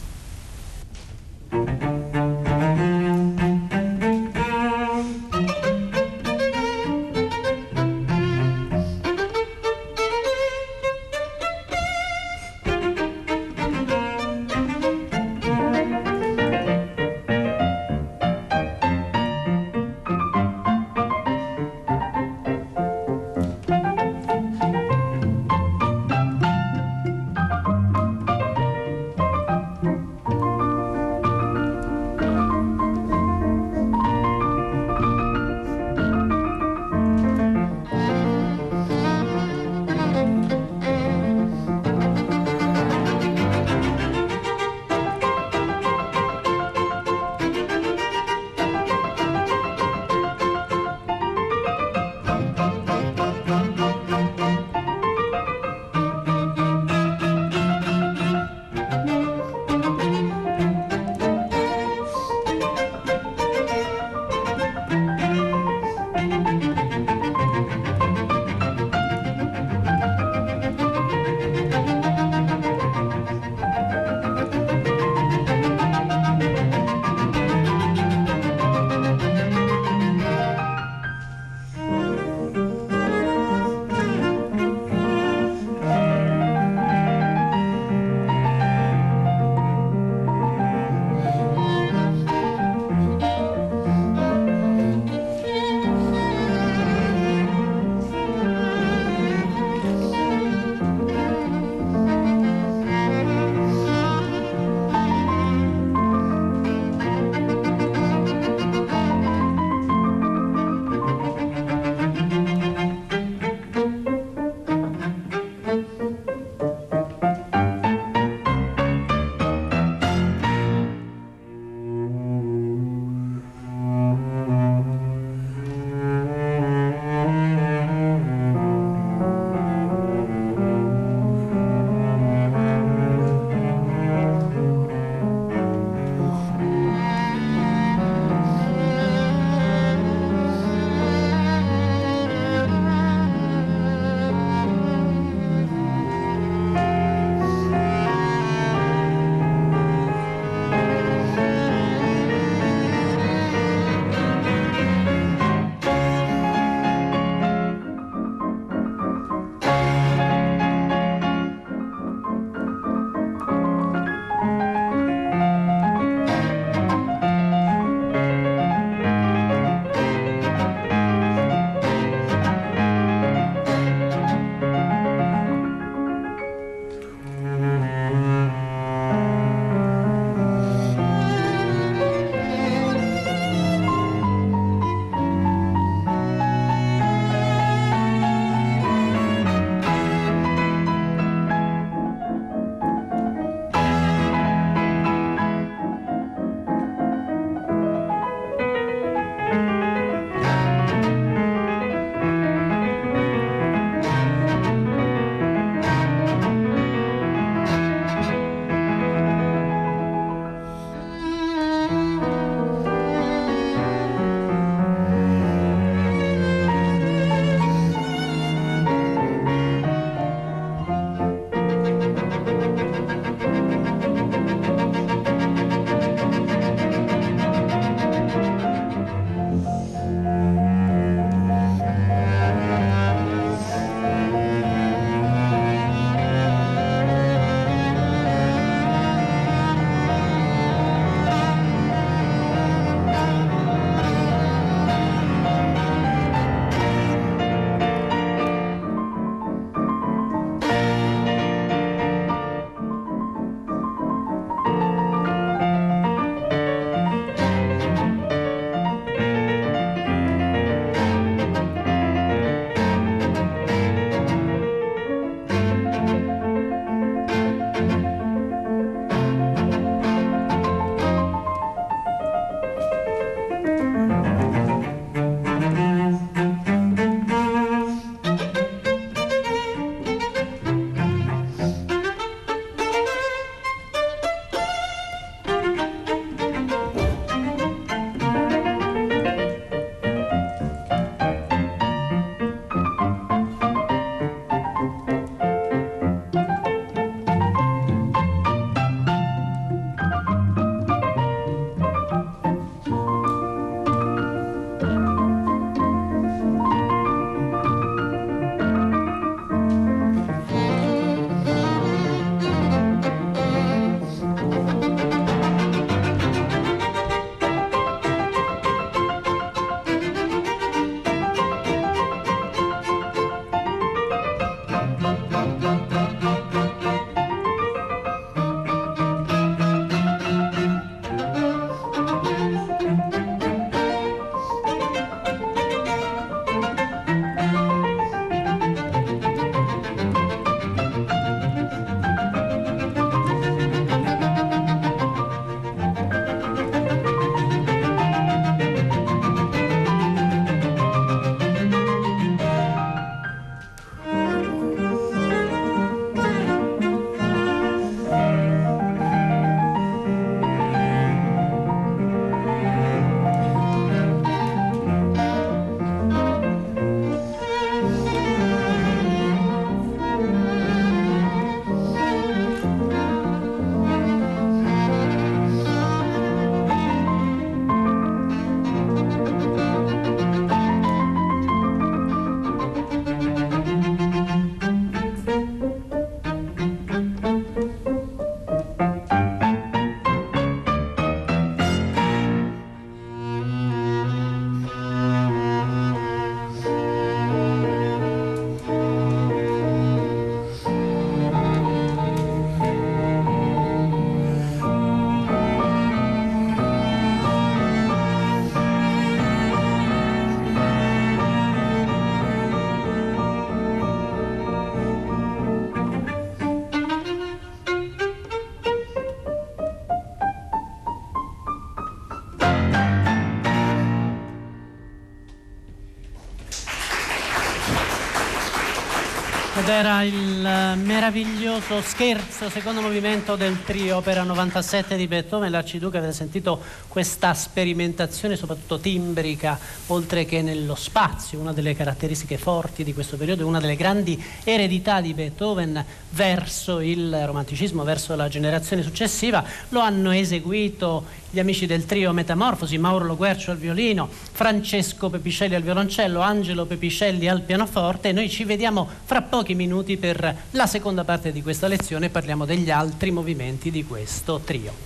Ed era il meraviglioso scherzo, secondo movimento del trio opera novantasette di Beethoven. L'Arciduca aveva sentito questa sperimentazione soprattutto timbrica, oltre che nello spazio, una delle caratteristiche forti di questo periodo, una delle grandi eredità di Beethoven verso il romanticismo, verso la generazione successiva. Lo hanno eseguito gli amici del trio Metamorfosi, Mauro Lo Guercio al violino, Francesco Pepicelli al violoncello, Angelo Pepicelli al pianoforte, e noi ci vediamo fra pochi minuti per la seconda parte di questa lezione e parliamo degli altri movimenti di questo trio.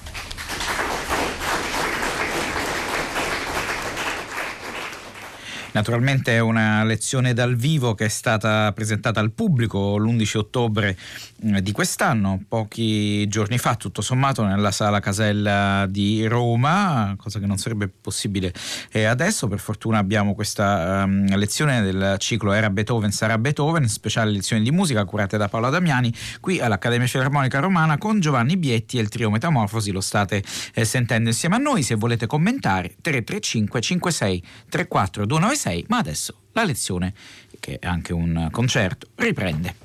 Naturalmente è una lezione dal vivo che è stata presentata al pubblico l'undici ottobre di quest'anno, pochi giorni fa, tutto sommato, nella Sala Casella di Roma, cosa che non sarebbe possibile adesso. Per fortuna abbiamo questa um, lezione del ciclo Era Beethoven, sarà Beethoven, speciale lezioni di musica curate da Paola Damiani, qui all'Accademia Filarmonica Romana con Giovanni Bietti e il trio Metamorfosi. Lo state eh, sentendo insieme a noi. Se volete commentare, tre tre cinque cinque sei tre quattro due nove sei. Ma adesso la lezione, che è anche un concerto, riprende.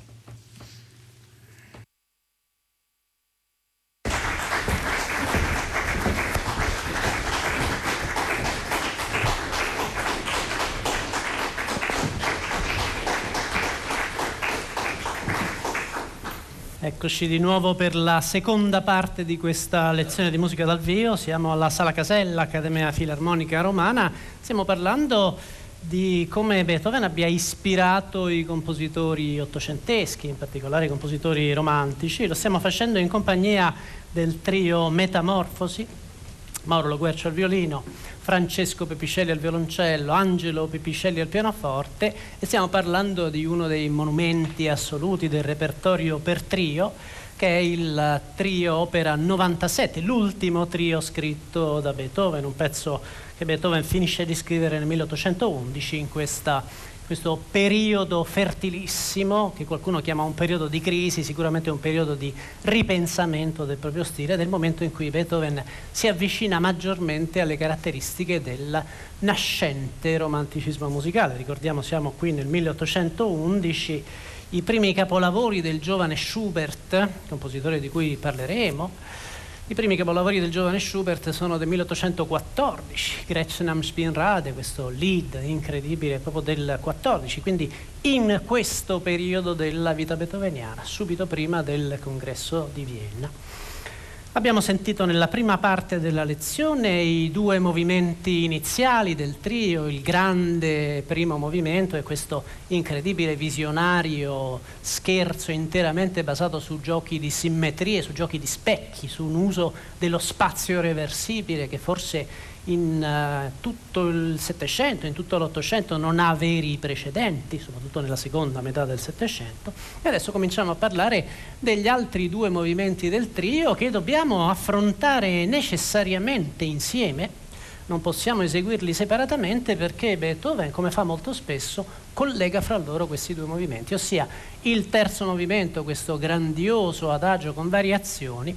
Eccoci di nuovo per la seconda parte di questa lezione di musica dal vivo. Siamo alla Sala Casella, Accademia Filarmonica Romana. Stiamo parlando di come Beethoven abbia ispirato i compositori ottocenteschi, in particolare i compositori romantici. Lo stiamo facendo in compagnia del trio Metamorfosi, Mauro Lo Guercio al violino, Francesco Pepicelli al violoncello, Angelo Pepicelli al pianoforte, e stiamo parlando di uno dei monumenti assoluti del repertorio per trio, che è il trio opera novantasette, l'ultimo trio scritto da Beethoven, un pezzo che Beethoven finisce di scrivere nel milleottocentoundici, in questa, questo periodo fertilissimo, che qualcuno chiama un periodo di crisi, sicuramente un periodo di ripensamento del proprio stile, del momento in cui Beethoven si avvicina maggiormente alle caratteristiche del nascente romanticismo musicale. Ricordiamo, siamo qui nel milleottocentoundici, i primi capolavori del giovane Schubert, compositore di cui parleremo. I primi capolavori del giovane Schubert sono del milleottocentoquattordici, Gretchen am Spielrad, questo lead incredibile proprio del quattordici, quindi in questo periodo della vita beethoveniana, subito prima del congresso di Vienna. Abbiamo sentito nella prima parte della lezione i due movimenti iniziali del trio, il grande primo movimento e questo incredibile visionario scherzo interamente basato su giochi di simmetrie, su giochi di specchi, su un uso dello spazio reversibile che forse in uh, tutto il Settecento, in tutto l'Ottocento non ha veri precedenti, soprattutto nella seconda metà del Settecento. E adesso cominciamo a parlare degli altri due movimenti del trio che dobbiamo affrontare necessariamente insieme. Non possiamo eseguirli separatamente perché Beethoven, come fa molto spesso, collega fra loro questi due movimenti, ossia il terzo movimento, questo grandioso adagio con variazioni,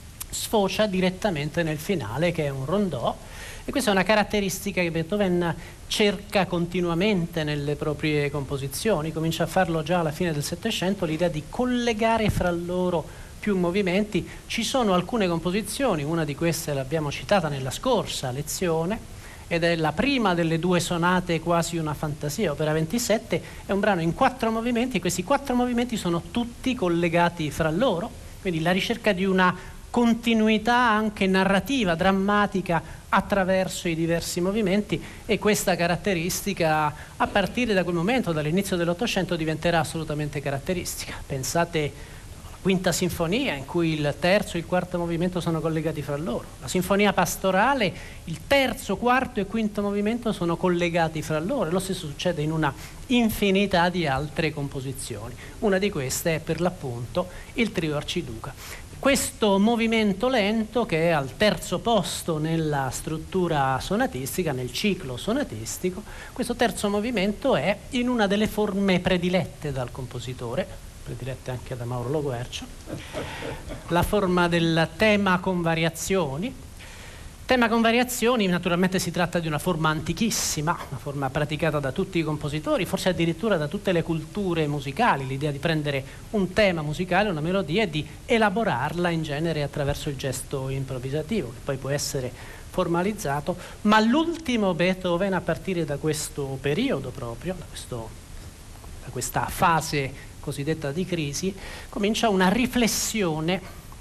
sfocia direttamente nel finale, che è un rondò. E questa è una caratteristica che Beethoven cerca continuamente nelle proprie composizioni, comincia a farlo già alla fine del Settecento, l'idea di collegare fra loro più movimenti. Ci sono alcune composizioni, una di queste l'abbiamo citata nella scorsa lezione, ed è la prima delle due sonate Quasi una fantasia, opera ventisette, è un brano in quattro movimenti, e questi quattro movimenti sono tutti collegati fra loro, quindi la ricerca di una continuità anche narrativa, drammatica attraverso i diversi movimenti, e questa caratteristica a partire da quel momento, dall'inizio dell'Ottocento, diventerà assolutamente caratteristica. Pensate alla Quinta Sinfonia, in cui il terzo e il quarto movimento sono collegati fra loro, la Sinfonia Pastorale, il terzo, quarto e quinto movimento sono collegati fra loro, e lo stesso succede in una infinità di altre composizioni. Una di queste è per l'appunto il trio Arciduca. Questo movimento lento, che è al terzo posto nella struttura sonatistica, nel ciclo sonatistico, questo terzo movimento è in una delle forme predilette dal compositore, predilette anche da Mauro Lo Guercio, la forma del tema con variazioni, Tema con variazioni, naturalmente si tratta di una forma antichissima, una forma praticata da tutti i compositori, forse addirittura da tutte le culture musicali, l'idea di prendere un tema musicale, una melodia e di elaborarla in genere attraverso il gesto improvvisativo, che poi può essere formalizzato, ma l'ultimo Beethoven, a partire da questo periodo proprio, da, questo, da questa fase cosiddetta di crisi, comincia una riflessione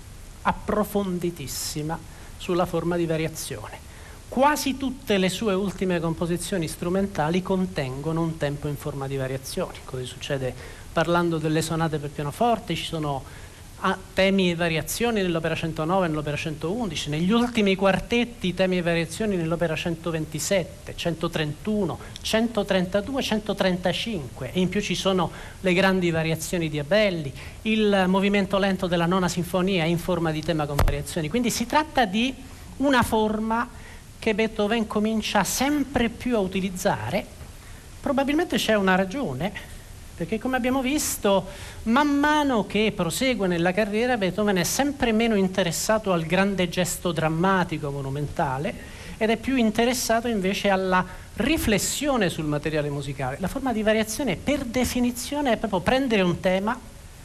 approfonditissima sulla forma di variazione. Quasi tutte le sue ultime composizioni strumentali contengono un tempo in forma di variazioni. Così succede parlando delle sonate per pianoforte, ci sono ah, temi e variazioni nell'opera centonove e nell'opera centoundici, negli ultimi quartetti temi e variazioni nell'opera centoventisette, centotrentuno, centotrentadue, centotrentacinque, e in più ci sono le grandi variazioni di Abelli, il movimento lento della nona sinfonia in forma di tema con variazioni. Quindi si tratta di una forma che Beethoven comincia sempre più a utilizzare. Probabilmente c'è una ragione, perché come abbiamo visto, man mano che prosegue nella carriera, Beethoven è sempre meno interessato al grande gesto drammatico, monumentale, ed è più interessato invece alla riflessione sul materiale musicale. La forma di variazione, per definizione, è proprio prendere un tema,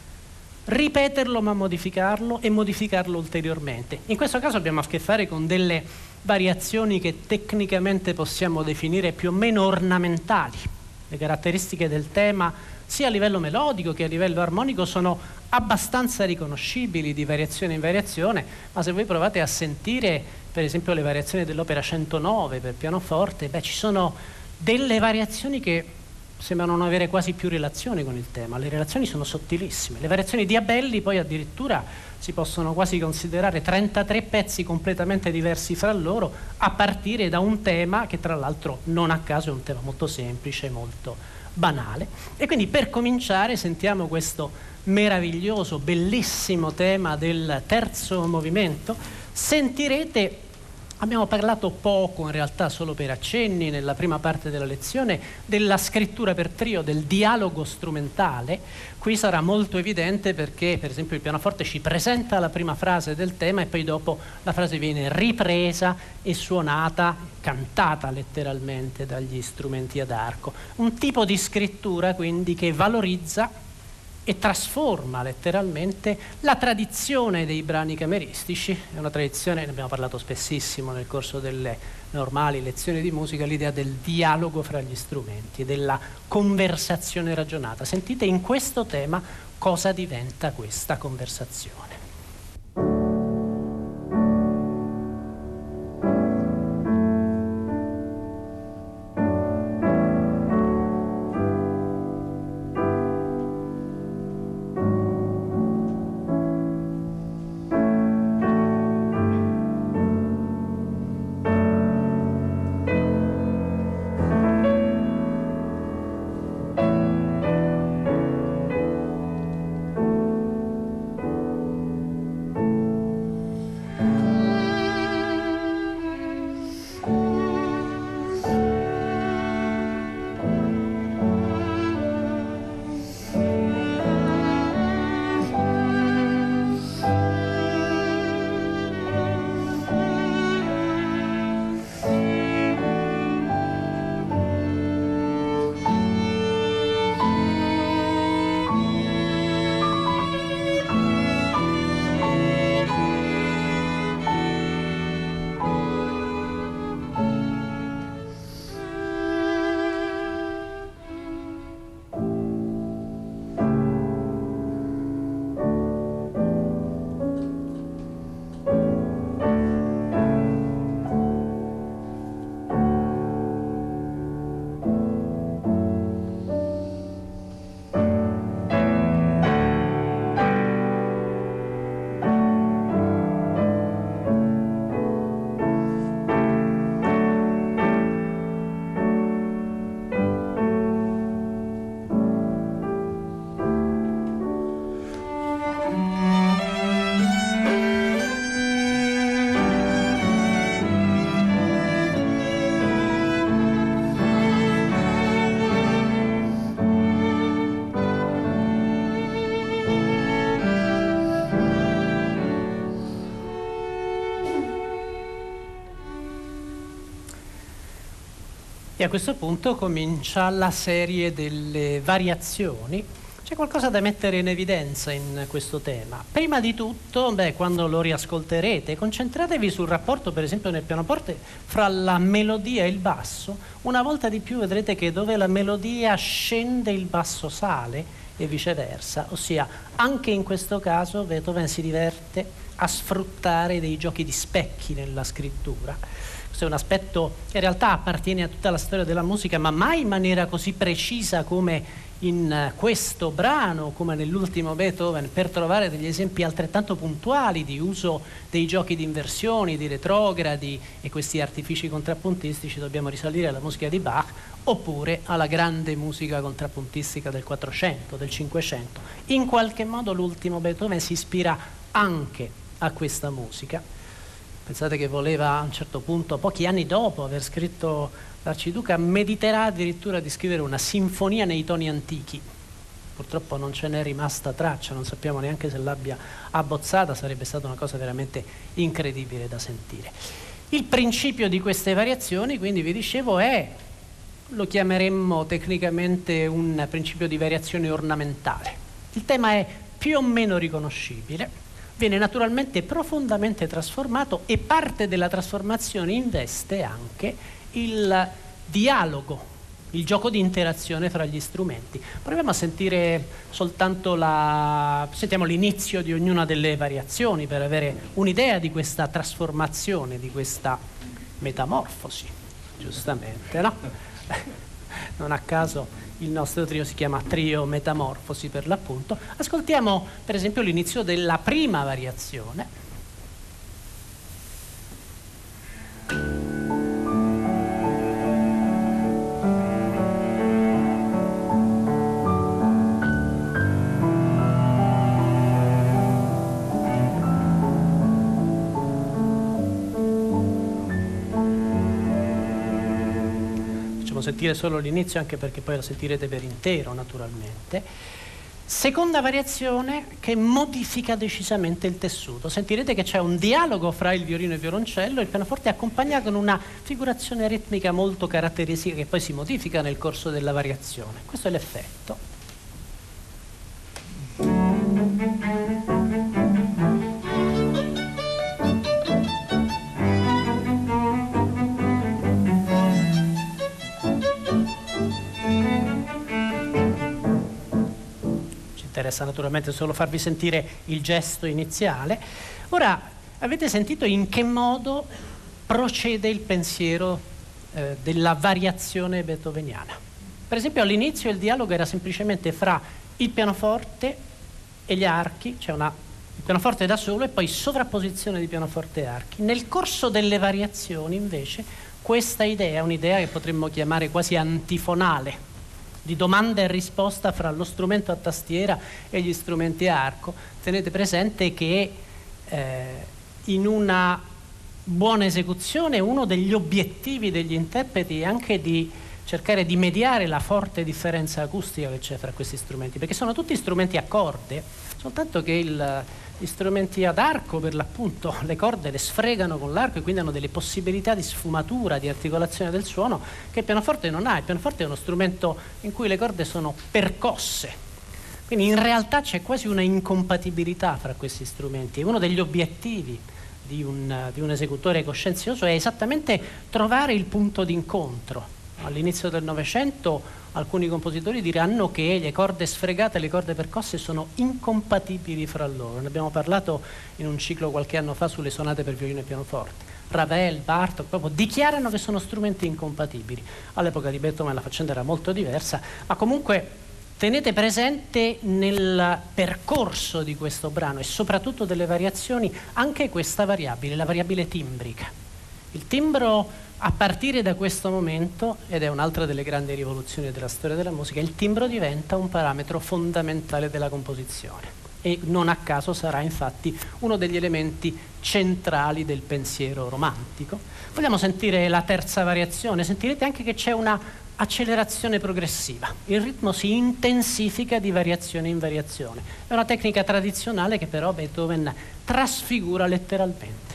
ripeterlo ma modificarlo e modificarlo ulteriormente. In questo caso abbiamo a che fare con delle variazioni che tecnicamente possiamo definire più o meno ornamentali. Le caratteristiche del tema, sia a livello melodico che a livello armonico, sono abbastanza riconoscibili di variazione in variazione, ma se voi provate a sentire per esempio le variazioni dell'opera centonove per pianoforte, beh, ci sono delle variazioni che sembrano non avere quasi più relazione con il tema. Le relazioni sono sottilissime. Le variazioni di Abelli poi addirittura si possono quasi considerare trentatré pezzi completamente diversi fra loro, a partire da un tema che tra l'altro non a caso è un tema molto semplice, molto banale. E quindi per cominciare sentiamo questo meraviglioso, bellissimo tema del terzo movimento. Sentirete, abbiamo parlato poco, in realtà solo per accenni nella prima parte della lezione, della scrittura per trio, del dialogo strumentale. Qui sarà molto evidente perché per esempio il pianoforte ci presenta la prima frase del tema e poi dopo la frase viene ripresa e suonata, cantata letteralmente dagli strumenti ad arco. Un tipo di scrittura quindi che valorizza e trasforma letteralmente la tradizione dei brani cameristici. È una tradizione, ne abbiamo parlato spessissimo nel corso delle normali lezioni di musica, l'idea del dialogo fra gli strumenti, della conversazione ragionata. Sentite in questo tema cosa diventa questa conversazione. E a questo punto comincia la serie delle variazioni. C'è qualcosa da mettere in evidenza in questo tema. Prima di tutto, beh, quando lo riascolterete, concentratevi sul rapporto, per esempio nel pianoforte, fra la melodia e il basso. Una volta di più vedrete che dove la melodia scende il basso sale e viceversa, ossia anche in questo caso Beethoven si diverte a sfruttare dei giochi di specchi nella scrittura. Questo è un aspetto che in realtà appartiene a tutta la storia della musica, ma mai in maniera così precisa come in questo brano, come nell'ultimo Beethoven, per trovare degli esempi altrettanto puntuali di uso dei giochi di inversioni, di retrogradi e questi artifici contrappuntistici. Dobbiamo risalire alla musica di Bach oppure alla grande musica contrappuntistica del quattrocento, del cinquecento. In qualche modo l'ultimo Beethoven si ispira anche a questa musica. Pensate che voleva a un certo punto, pochi anni dopo aver scritto l'Arciduca, mediterà addirittura di scrivere una sinfonia nei toni antichi. Purtroppo non ce n'è rimasta traccia, non sappiamo neanche se l'abbia abbozzata, sarebbe stata una cosa veramente incredibile da sentire. Il principio di queste variazioni, quindi vi dicevo, è, lo chiameremmo tecnicamente un principio di variazione ornamentale. Il tema è più o meno riconoscibile, viene naturalmente profondamente trasformato e parte della trasformazione investe anche il dialogo, il gioco di interazione fra gli strumenti. Proviamo a sentire soltanto la... sentiamo l'inizio di ognuna delle variazioni per avere un'idea di questa trasformazione, di questa metamorfosi, giustamente, no? Non a caso il nostro trio si chiama Trio Metamorfosi per l'appunto. Ascoltiamo per esempio l'inizio della prima variazione. Sentire solo l'inizio, anche perché poi la sentirete per intero naturalmente. Seconda variazione che modifica decisamente il tessuto. Sentirete che c'è un dialogo fra il violino e il violoncello, il pianoforte accompagnato con una figurazione ritmica molto caratteristica che poi si modifica nel corso della variazione. Questo è l'effetto. Interessa naturalmente solo farvi sentire il gesto iniziale. Ora, avete sentito in che modo procede il pensiero eh, della variazione beethoveniana. Per esempio all'inizio il dialogo era semplicemente fra il pianoforte e gli archi, cioè una, il pianoforte da solo e poi sovrapposizione di pianoforte e archi. Nel corso delle variazioni invece questa idea è un'idea che potremmo chiamare quasi antifonale, di domanda e risposta fra lo strumento a tastiera e gli strumenti a arco. Tenete presente che eh, in una buona esecuzione uno degli obiettivi degli interpreti è anche di cercare di mediare la forte differenza acustica che c'è fra questi strumenti, perché sono tutti strumenti a corde, soltanto che il, gli strumenti ad arco, per l'appunto, le corde le sfregano con l'arco e quindi hanno delle possibilità di sfumatura, di articolazione del suono che il pianoforte non ha. Il pianoforte è uno strumento in cui le corde sono percosse, quindi in realtà c'è quasi una incompatibilità fra questi strumenti. Uno degli obiettivi di un, di un esecutore coscienzioso è esattamente trovare il punto d'incontro. All'inizio del Novecento alcuni compositori diranno che le corde sfregate e le corde percosse sono incompatibili fra loro. Ne abbiamo parlato in un ciclo qualche anno fa sulle sonate per violino e pianoforte. Ravel, Bartók proprio dichiarano che sono strumenti incompatibili. All'epoca di Beethoven la faccenda era molto diversa, ma comunque tenete presente nel percorso di questo brano e soprattutto delle variazioni anche questa variabile, la variabile timbrica. Il timbro a partire da questo momento, ed è un'altra delle grandi rivoluzioni della storia della musica, il timbro diventa un parametro fondamentale della composizione e non a caso sarà infatti uno degli elementi centrali del pensiero romantico. Vogliamo sentire la terza variazione? Sentirete anche che c'è una accelerazione progressiva, il ritmo si intensifica di variazione in variazione. È una tecnica tradizionale che però Beethoven trasfigura letteralmente.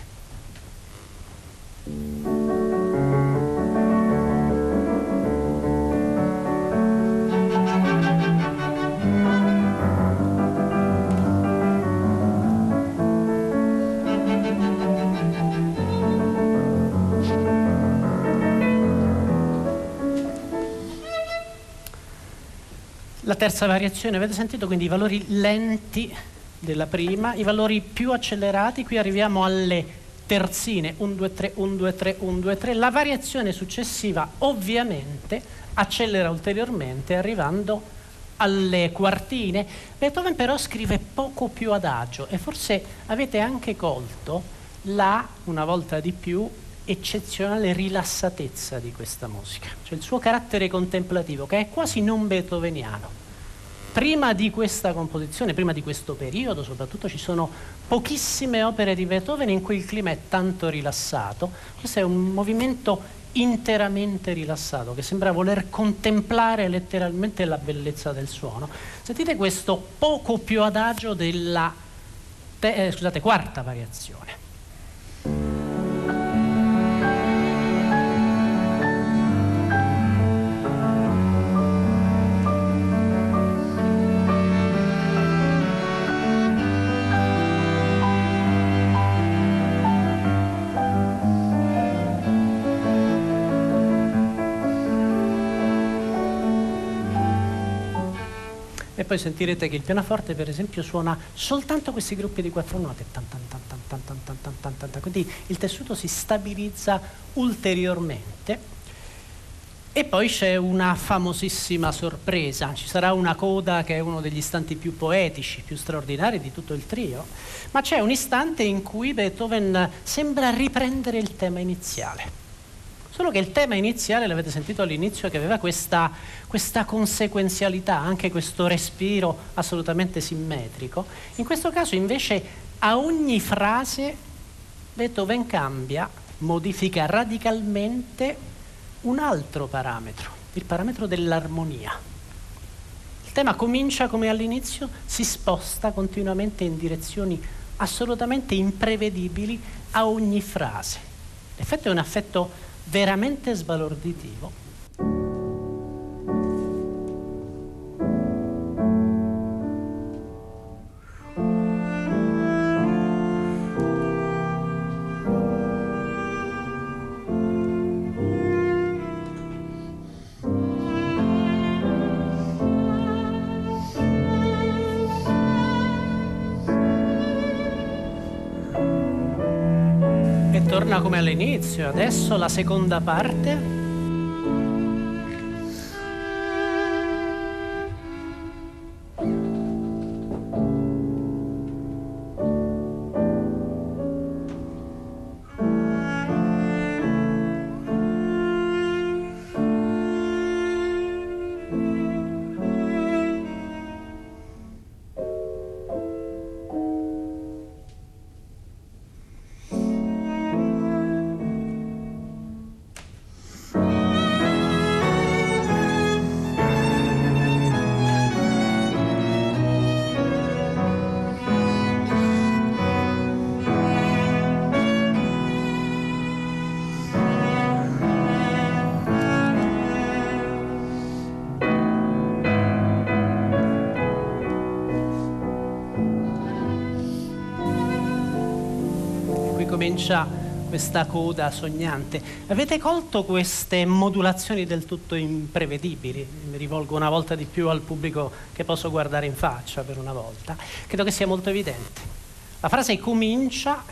terza variazione, avete sentito quindi i valori lenti della prima, i valori più accelerati, qui arriviamo alle terzine, uno due tre, uno due tre, uno due tre, la variazione successiva ovviamente accelera ulteriormente arrivando alle quartine. Beethoven però scrive poco più adagio e forse avete anche colto la, una volta di più, eccezionale rilassatezza di questa musica, cioè il suo carattere contemplativo che è quasi non beethoveniano. Prima di questa composizione, prima di questo periodo soprattutto, ci sono pochissime opere di Beethoven in cui il clima è tanto rilassato. Questo è un movimento interamente rilassato che sembra voler contemplare letteralmente la bellezza del suono. Sentite questo poco più adagio della te- eh, scusate, quarta variazione. E poi sentirete che il pianoforte, per esempio, suona soltanto questi gruppi di quattro note, tan tan tan tan tan tan tan tan tan tan tan. Quindi il tessuto si stabilizza ulteriormente. E poi c'è una famosissima sorpresa, ci sarà una coda che è uno degli istanti più poetici, più straordinari di tutto il trio, ma c'è un istante in cui Beethoven sembra riprendere il tema iniziale. Solo che il tema iniziale, l'avete sentito all'inizio, che aveva questa, questa conseguenzialità, anche questo respiro assolutamente simmetrico. In questo caso invece a ogni frase Beethoven cambia, modifica radicalmente un altro parametro, il parametro dell'armonia. Il tema comincia come all'inizio, si sposta continuamente in direzioni assolutamente imprevedibili a ogni frase. L'effetto è un effetto veramente sbalorditivo. E torna come all'inizio. Adesso la seconda parte. Comincia questa coda sognante. Avete colto queste modulazioni del tutto imprevedibili? Mi rivolgo una volta di più al pubblico che posso guardare in faccia per una volta. Credo che sia molto evidente. La frase comincia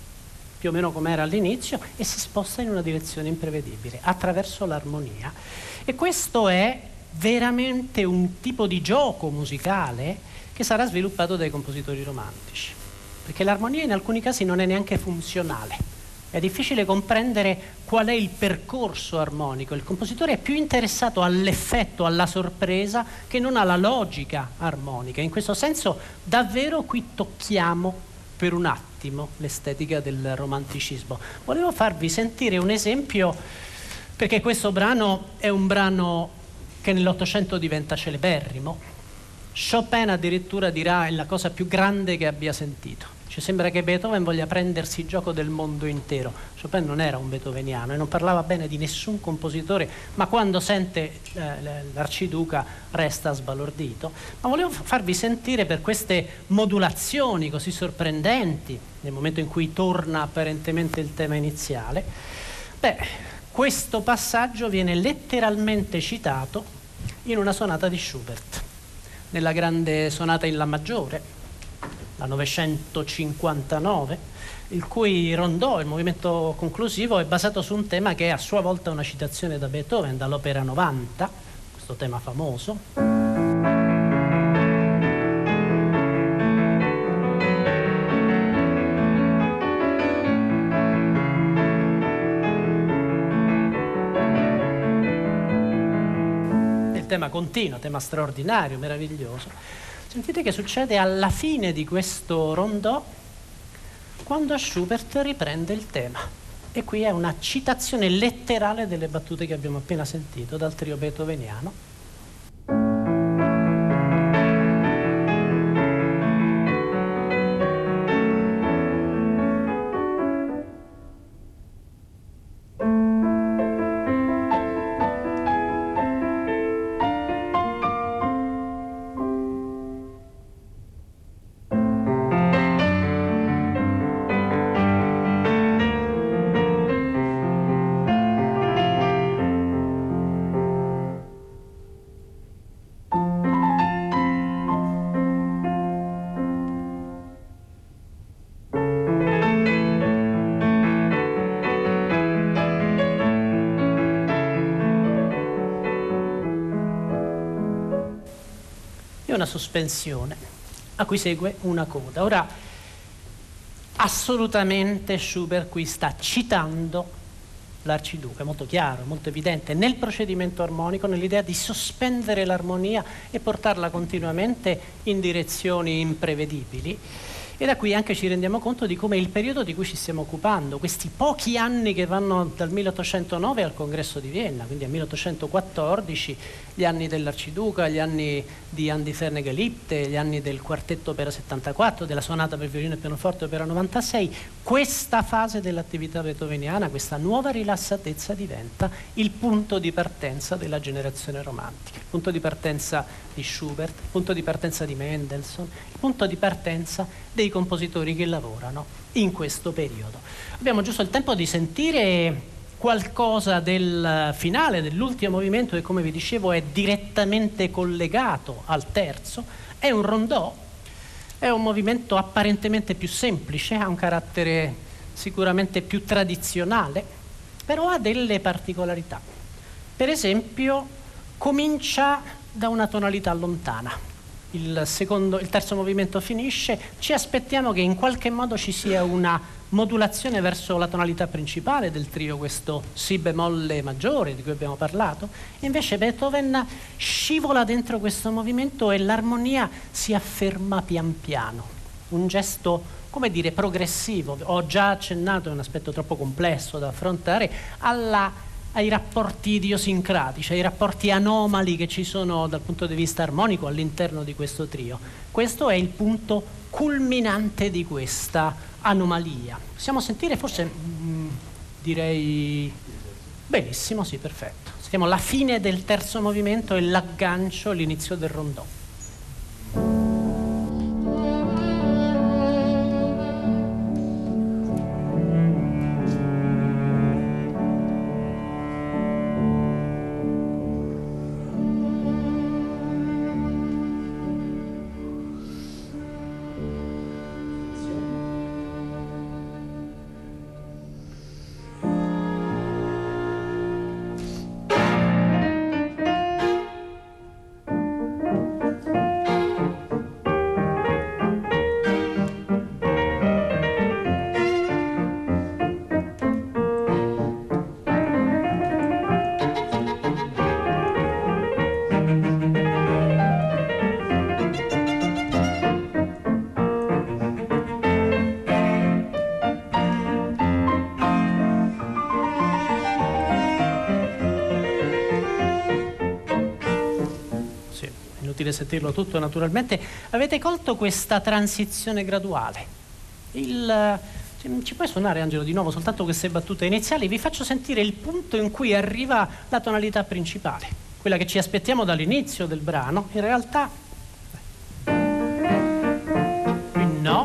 più o meno come era all'inizio e si sposta in una direzione imprevedibile attraverso l'armonia. E questo è veramente un tipo di gioco musicale che sarà sviluppato dai compositori romantici. Perché l'armonia in alcuni casi non è neanche funzionale. È difficile comprendere qual è il percorso armonico. Il compositore è più interessato all'effetto, alla sorpresa, che non alla logica armonica. In questo senso, davvero qui tocchiamo per un attimo l'estetica del romanticismo. Volevo farvi sentire un esempio, perché questo brano è un brano che nell'Ottocento diventa celeberrimo. Chopin addirittura dirà è la cosa più grande che abbia sentito. Ci sembra che Beethoven voglia prendersi gioco del mondo intero. Chopin non era un beethoveniano e non parlava bene di nessun compositore, ma quando sente eh, l'arciduca resta sbalordito. Ma volevo farvi sentire, per queste modulazioni così sorprendenti, nel momento in cui torna apparentemente il tema iniziale, beh, questo passaggio viene letteralmente citato in una sonata di Schubert. nella grande sonata in La maggiore, la novecentocinquantanove, il cui rondò, il movimento conclusivo, è basato su un tema che è a sua volta una citazione da Beethoven, dall'opera novanta, questo tema famoso. Tema continuo, tema straordinario, meraviglioso. Sentite che succede alla fine di questo rondò, quando Schubert riprende il tema. E qui è una citazione letterale delle battute che abbiamo appena sentito dal trio beethoveniano. Una sospensione a cui segue una coda. Ora, assolutamente Schubert qui sta citando l'arciduca, è molto chiaro, molto evidente nel procedimento armonico, nell'idea di sospendere l'armonia e portarla continuamente in direzioni imprevedibili. E da qui anche ci rendiamo conto di come il periodo di cui ci stiamo occupando, questi pochi anni che vanno dal milleottocentonove al Congresso di Vienna, quindi al milleottocentoquattordici, gli anni dell'Arciduca, gli anni di Andi Ferne-Geliebte, gli anni del quartetto opera settantaquattro, della sonata per violino e pianoforte opera novantasei, questa fase dell'attività beethoveniana, questa nuova rilassatezza diventa il punto di partenza della generazione romantica, il punto di partenza di Schubert, il punto di partenza di Mendelssohn, il punto di partenza dei compositori che lavorano in questo periodo. Abbiamo giusto il tempo di sentire qualcosa del finale, dell'ultimo movimento, che come vi dicevo è direttamente collegato al terzo. È un rondò, è un movimento apparentemente più semplice, ha un carattere sicuramente più tradizionale, però ha delle particolarità. Per esempio, comincia da una tonalità lontana. Il, secondo, il terzo movimento finisce, ci aspettiamo che in qualche modo ci sia una modulazione verso la tonalità principale del trio, questo si bemolle maggiore di cui abbiamo parlato. Invece Beethoven scivola dentro questo movimento e l'armonia si afferma pian piano, un gesto, come dire, progressivo. Ho già accennato, è un aspetto troppo complesso da affrontare, alla ai rapporti idiosincratici, ai rapporti anomali che ci sono dal punto di vista armonico all'interno di questo trio. Questo è il punto culminante di questa anomalia. Possiamo sentire forse, mh, direi, benissimo, sì, perfetto. Sentiamo la fine del terzo movimento e l'aggancio, l'inizio del rondò. Sentirlo tutto naturalmente. Avete colto questa transizione graduale? Il, ci puoi suonare, Angelo, di nuovo soltanto queste battute iniziali? Vi faccio sentire il punto in cui arriva la tonalità principale, quella che ci aspettiamo dall'inizio del brano. In realtà no,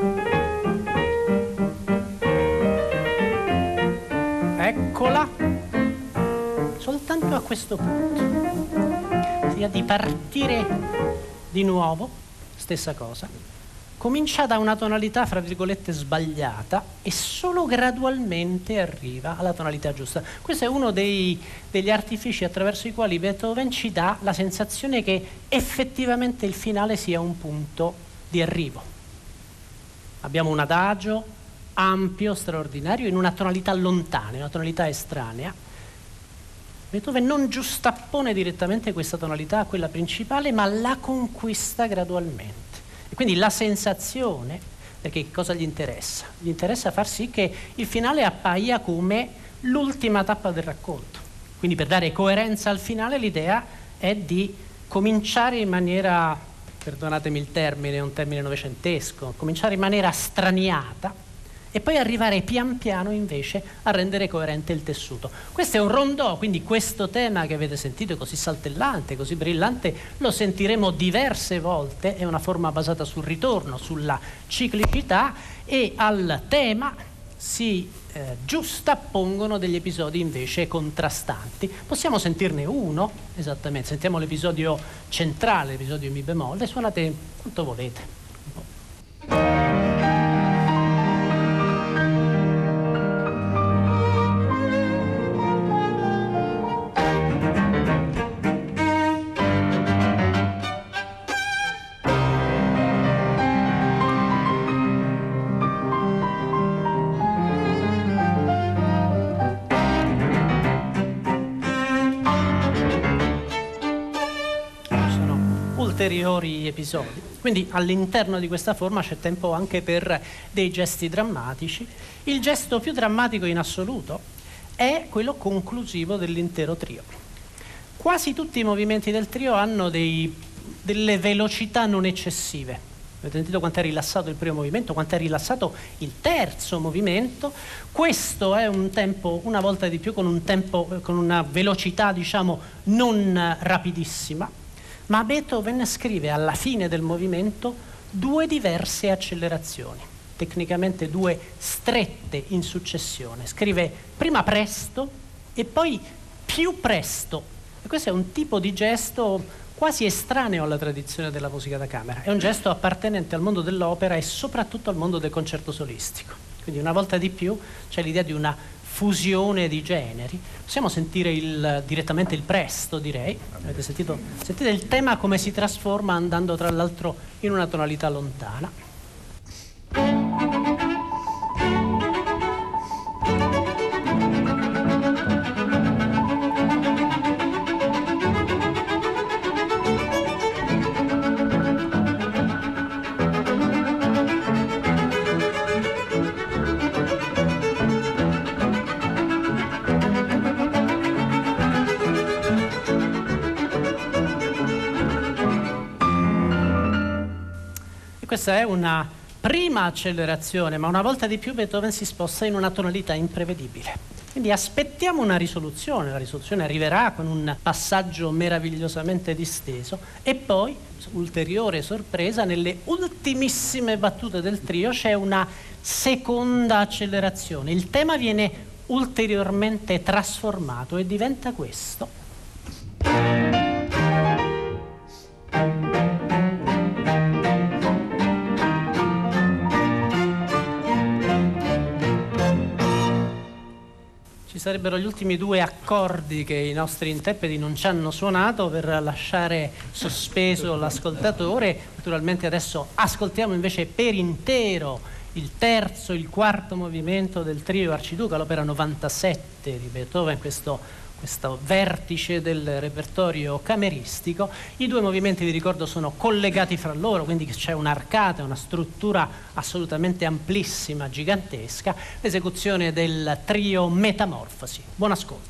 eccola, soltanto a questo punto, sia di partire di nuovo, stessa cosa, comincia da una tonalità fra virgolette sbagliata e solo gradualmente arriva alla tonalità giusta. Questo è uno dei, degli artifici attraverso i quali Beethoven ci dà la sensazione che effettivamente il finale sia un punto di arrivo. Abbiamo un adagio ampio, straordinario, in una tonalità lontana, in una tonalità estranea. Beethoven non giustappone direttamente questa tonalità a quella principale, ma la conquista gradualmente. E quindi la sensazione, perché cosa gli interessa? Gli interessa far sì che il finale appaia come l'ultima tappa del racconto. Quindi per dare coerenza al finale l'idea è di cominciare in maniera, perdonatemi il termine, è un termine novecentesco, cominciare in maniera straniata e poi arrivare pian piano invece a rendere coerente il tessuto. Questo è un rondò, quindi questo tema che avete sentito è così saltellante, così brillante, lo sentiremo diverse volte, è una forma basata sul ritorno, sulla ciclicità, e al tema si eh, giustappongono degli episodi invece contrastanti. Possiamo sentirne uno, esattamente, sentiamo l'episodio centrale, l'episodio in mi bemolle, suonate quanto volete. Ulteriori episodi. Quindi all'interno di questa forma c'è tempo anche per dei gesti drammatici. Il gesto più drammatico in assoluto è quello conclusivo dell'intero trio. Quasi tutti i movimenti del trio hanno dei, delle velocità non eccessive. Avete sentito quanto è rilassato il primo movimento, quanto è rilassato il terzo movimento. Questo è un tempo, una volta di più, con un tempo, con una velocità diciamo non rapidissima. Ma Beethoven scrive alla fine del movimento due diverse accelerazioni, tecnicamente due strette in successione. Scrive prima presto e poi più presto. E questo è un tipo di gesto quasi estraneo alla tradizione della musica da camera. È un gesto appartenente al mondo dell'opera e soprattutto al mondo del concerto solistico. Quindi una volta di più c'è l'idea di una fusione di generi. Possiamo sentire il, direttamente il presto, direi. Avete sentito? Sentite il tema come si trasforma andando tra l'altro in una tonalità lontana. Questa è una prima accelerazione, ma una volta di più Beethoven si sposta in una tonalità imprevedibile. Quindi aspettiamo una risoluzione, la risoluzione arriverà con un passaggio meravigliosamente disteso e poi, ulteriore sorpresa, nelle ultimissime battute del trio c'è una seconda accelerazione. Il tema viene ulteriormente trasformato e diventa questo. Ci sarebbero gli ultimi due accordi che i nostri interpreti non ci hanno suonato per lasciare sospeso l'ascoltatore. Naturalmente adesso ascoltiamo invece per intero il terzo e il quarto movimento del trio Arciduca, l'opera novantasette di Beethoven, questo questo vertice del repertorio cameristico. I due movimenti, vi ricordo, sono collegati fra loro, quindi c'è un'arcata, una struttura assolutamente amplissima, gigantesca, l'esecuzione del trio Metamorfosi. Buon ascolto.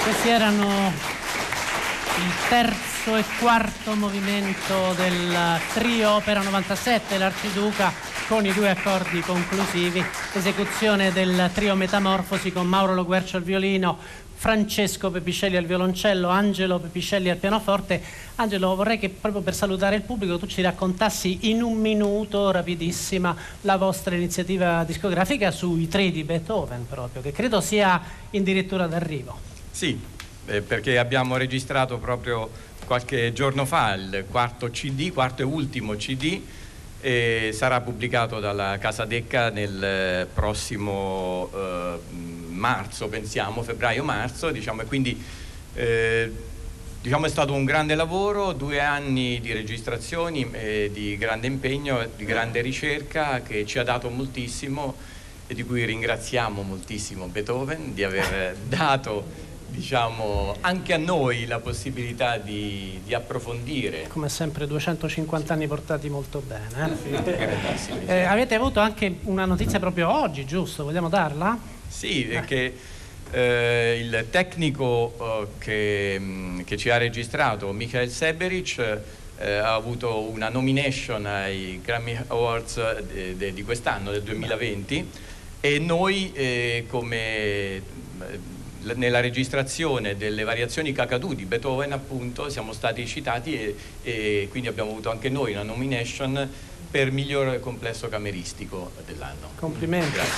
Questi erano il terzo e quarto movimento del trio Opera novantasette, l'Arciduca, con i due accordi conclusivi, esecuzione del trio Metamorfosi con Mauro Lo Guercio al violino, Francesco Pepiscelli al violoncello, Angelo Pepiscelli al pianoforte. Angelo, vorrei che proprio per salutare il pubblico tu ci raccontassi in un minuto, rapidissima, la vostra iniziativa discografica sui tre di Beethoven proprio, che credo sia addirittura d'arrivo. Sì, eh, perché abbiamo registrato proprio qualche giorno fa il quarto C D, quarto e ultimo C D, e sarà pubblicato dalla Casa Decca nel prossimo eh, marzo, pensiamo, febbraio-marzo, diciamo, e quindi eh, diciamo è stato un grande lavoro, due anni di registrazioni, eh, di grande impegno, di grande ricerca, che ci ha dato moltissimo e di cui ringraziamo moltissimo Beethoven di aver dato, diciamo, anche a noi la possibilità di, di approfondire. Come sempre duecentocinquanta anni portati molto bene. Eh? eh, avete avuto anche una notizia proprio oggi, giusto? Vogliamo darla? Sì, eh. che eh, il tecnico eh, che, mh, che ci ha registrato, Michael Seberich, eh, ha avuto una nomination ai Grammy Awards de, de, di quest'anno, del duemilaventi, e noi eh, come... Eh, nella registrazione delle variazioni Kakadu di Beethoven, appunto, siamo stati citati e, e quindi abbiamo avuto anche noi una nomination per miglior complesso cameristico dell'anno. Complimenti. Grazie.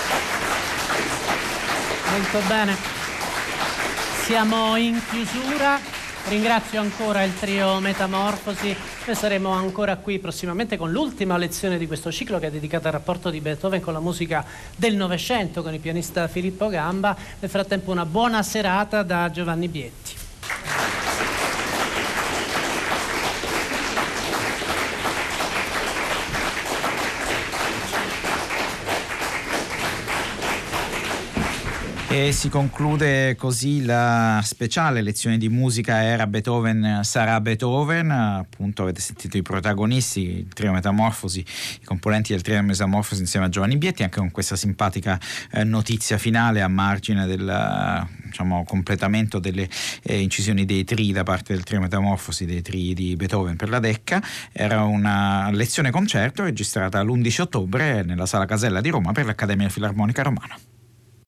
Molto bene. Siamo in chiusura. Ringrazio ancora il trio Metamorfosi. Noi saremo ancora qui prossimamente con l'ultima lezione di questo ciclo, che è dedicata al rapporto di Beethoven con la musica del Novecento, con il pianista Filippo Gamba. Nel frattempo una buona serata da Giovanni Bietti. E si conclude così la speciale lezione di musica Era Beethoven, sarà Beethoven. Appunto avete sentito i protagonisti, il trio Metamorfosi, i componenti del trio Metamorfosi insieme a Giovanni Bietti, anche con questa simpatica eh, notizia finale a margine del, diciamo, completamento delle eh, incisioni dei tri da parte del trio Metamorfosi, dei tri di Beethoven per la Decca. Era una lezione concerto registrata l'undici ottobre nella Sala Casella di Roma per l'Accademia Filarmonica Romana.